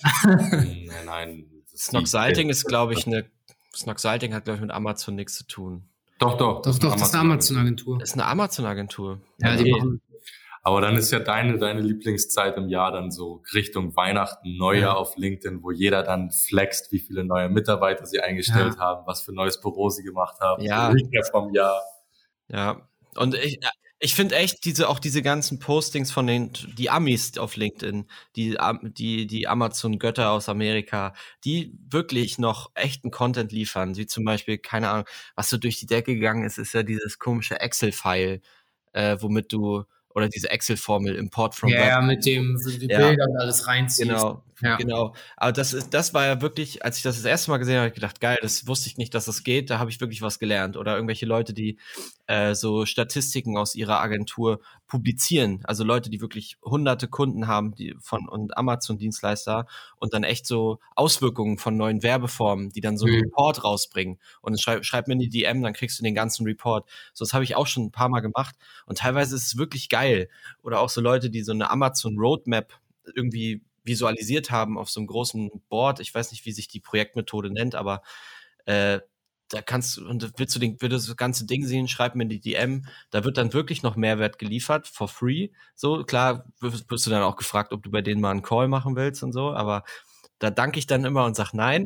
Nein. Snox Salting ist, glaube ich, Snox Salting hat, glaube ich, mit Amazon nichts zu tun. Doch, das ist eine Amazon-Agentur. Das ist eine Amazon-Agentur. Ja, die machen. Aber dann ist ja deine Lieblingszeit im Jahr dann so Richtung Weihnachten, Neujahr auf LinkedIn, wo jeder dann flext, wie viele neue Mitarbeiter sie eingestellt haben, was für ein neues Büro sie gemacht haben. Ja. Recap vom Jahr. Ja. Und ich finde echt diese ganzen Postings von die Amis auf LinkedIn, die Amazon-Götter aus Amerika, die wirklich noch echten Content liefern, wie zum Beispiel, keine Ahnung, was so durch die Decke gegangen ist ja dieses komische Excel-File, womit du oder diese Excel-Formel, Import from Web. Ja, mit dem die Bilder und alles reinziehen. Genau. Aber das war ja wirklich, als ich das erste Mal gesehen habe, habe ich gedacht, geil, das wusste ich nicht, dass das geht, da habe ich wirklich was gelernt. Oder irgendwelche Leute, die so Statistiken aus ihrer Agentur publizieren. Also Leute, die wirklich hunderte Kunden haben, und Amazon-Dienstleister und dann echt so Auswirkungen von neuen Werbeformen, die dann so einen Report rausbringen. Und schreib mir in die DM, dann kriegst du den ganzen Report. So, das habe ich auch schon ein paar Mal gemacht. Und teilweise ist es wirklich geil. Oder auch so Leute, die so eine Amazon Roadmap irgendwie visualisiert haben auf so einem großen Board. Ich weiß nicht, wie sich die Projektmethode nennt, aber da willst du das ganze Ding sehen, schreib mir in die DM, da wird dann wirklich noch Mehrwert geliefert, for free. So, klar, wirst du dann auch gefragt, ob du bei denen mal einen Call machen willst und so, aber da danke ich dann immer und sag nein.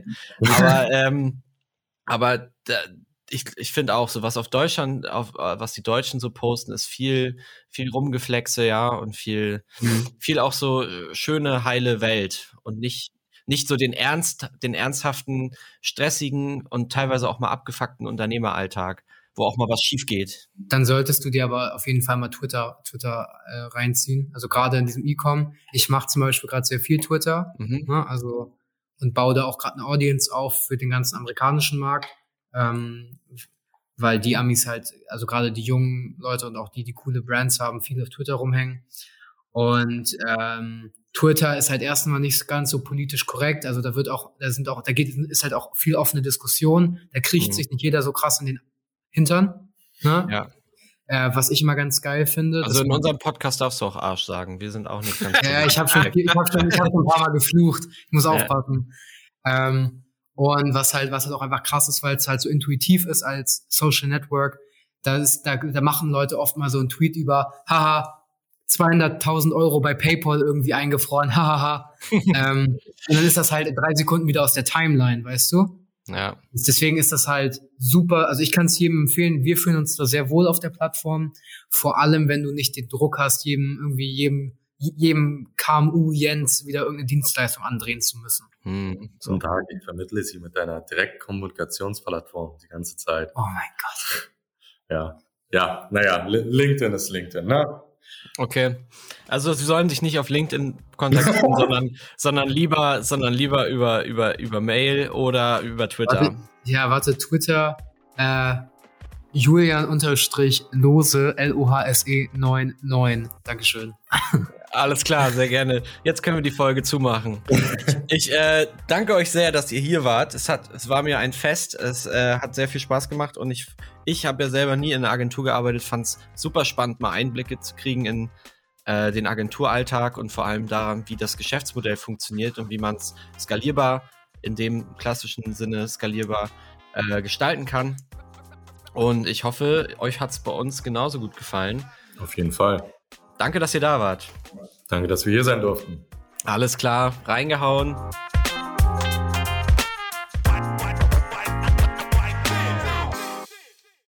Aber ich finde auch so, was auf Deutschland, was die Deutschen so posten, ist viel Rumgeflexe, ja, und viel auch so schöne, heile Welt und nicht so den ernsthaften, stressigen und teilweise auch mal abgefuckten Unternehmeralltag, wo auch mal was schief geht. Dann solltest du dir aber auf jeden Fall mal Twitter reinziehen. Also gerade in diesem E-Com. Ich mache zum Beispiel gerade sehr viel Twitter, ne, also und baue da auch gerade eine Audience auf für den ganzen amerikanischen Markt. Weil die Amis halt, also gerade die jungen Leute und auch die coole Brands haben, viel auf Twitter rumhängen. Und Twitter ist halt erstmal nicht ganz so politisch korrekt. Also ist halt auch viel offene Diskussion. Da kriecht sich nicht jeder so krass in den Hintern. Ne? Ja. Was ich immer ganz geil finde. Also in unserem Podcast darfst du auch Arsch sagen. Wir sind auch nicht ganz Ja, ich hab schon ein paar Mal geflucht. Ich muss aufpassen. Und was halt auch einfach krass ist, weil es halt so intuitiv ist als Social Network, da machen Leute oft mal so einen Tweet über, haha, 200.000 € bei PayPal irgendwie eingefroren, hahaha. Und dann ist das halt in 3 Sekunden wieder aus der Timeline, weißt du? Ja. Deswegen ist das halt super, also ich kann es jedem empfehlen, wir fühlen uns da sehr wohl auf der Plattform, vor allem, wenn du nicht den Druck hast, jedem KMU Jens wieder irgendeine Dienstleistung andrehen zu müssen. Zum Tag, ich vermittle sie mit einer Direktkommunikationsplattform die ganze Zeit. Oh mein Gott. Ja, naja, LinkedIn ist LinkedIn, ne? Okay. Also sie sollen sich nicht auf LinkedIn kontaktieren, sondern lieber über Mail oder über Twitter. Warte, Twitter, Julian_Lose, LOHSE 99. Dankeschön. Alles klar, sehr gerne. Jetzt können wir die Folge zumachen. Ich danke euch sehr, dass ihr hier wart. Es war mir ein Fest. Es hat sehr viel Spaß gemacht und ich habe ja selber nie in einer Agentur gearbeitet, fand es super spannend, mal Einblicke zu kriegen in den Agenturalltag und vor allem daran, wie das Geschäftsmodell funktioniert und wie man es skalierbar, in dem klassischen Sinne skalierbar gestalten kann. Und ich hoffe, euch hat es bei uns genauso gut gefallen. Auf jeden Fall. Danke, dass ihr da wart. Danke, dass wir hier sein durften. Alles klar, reingehauen.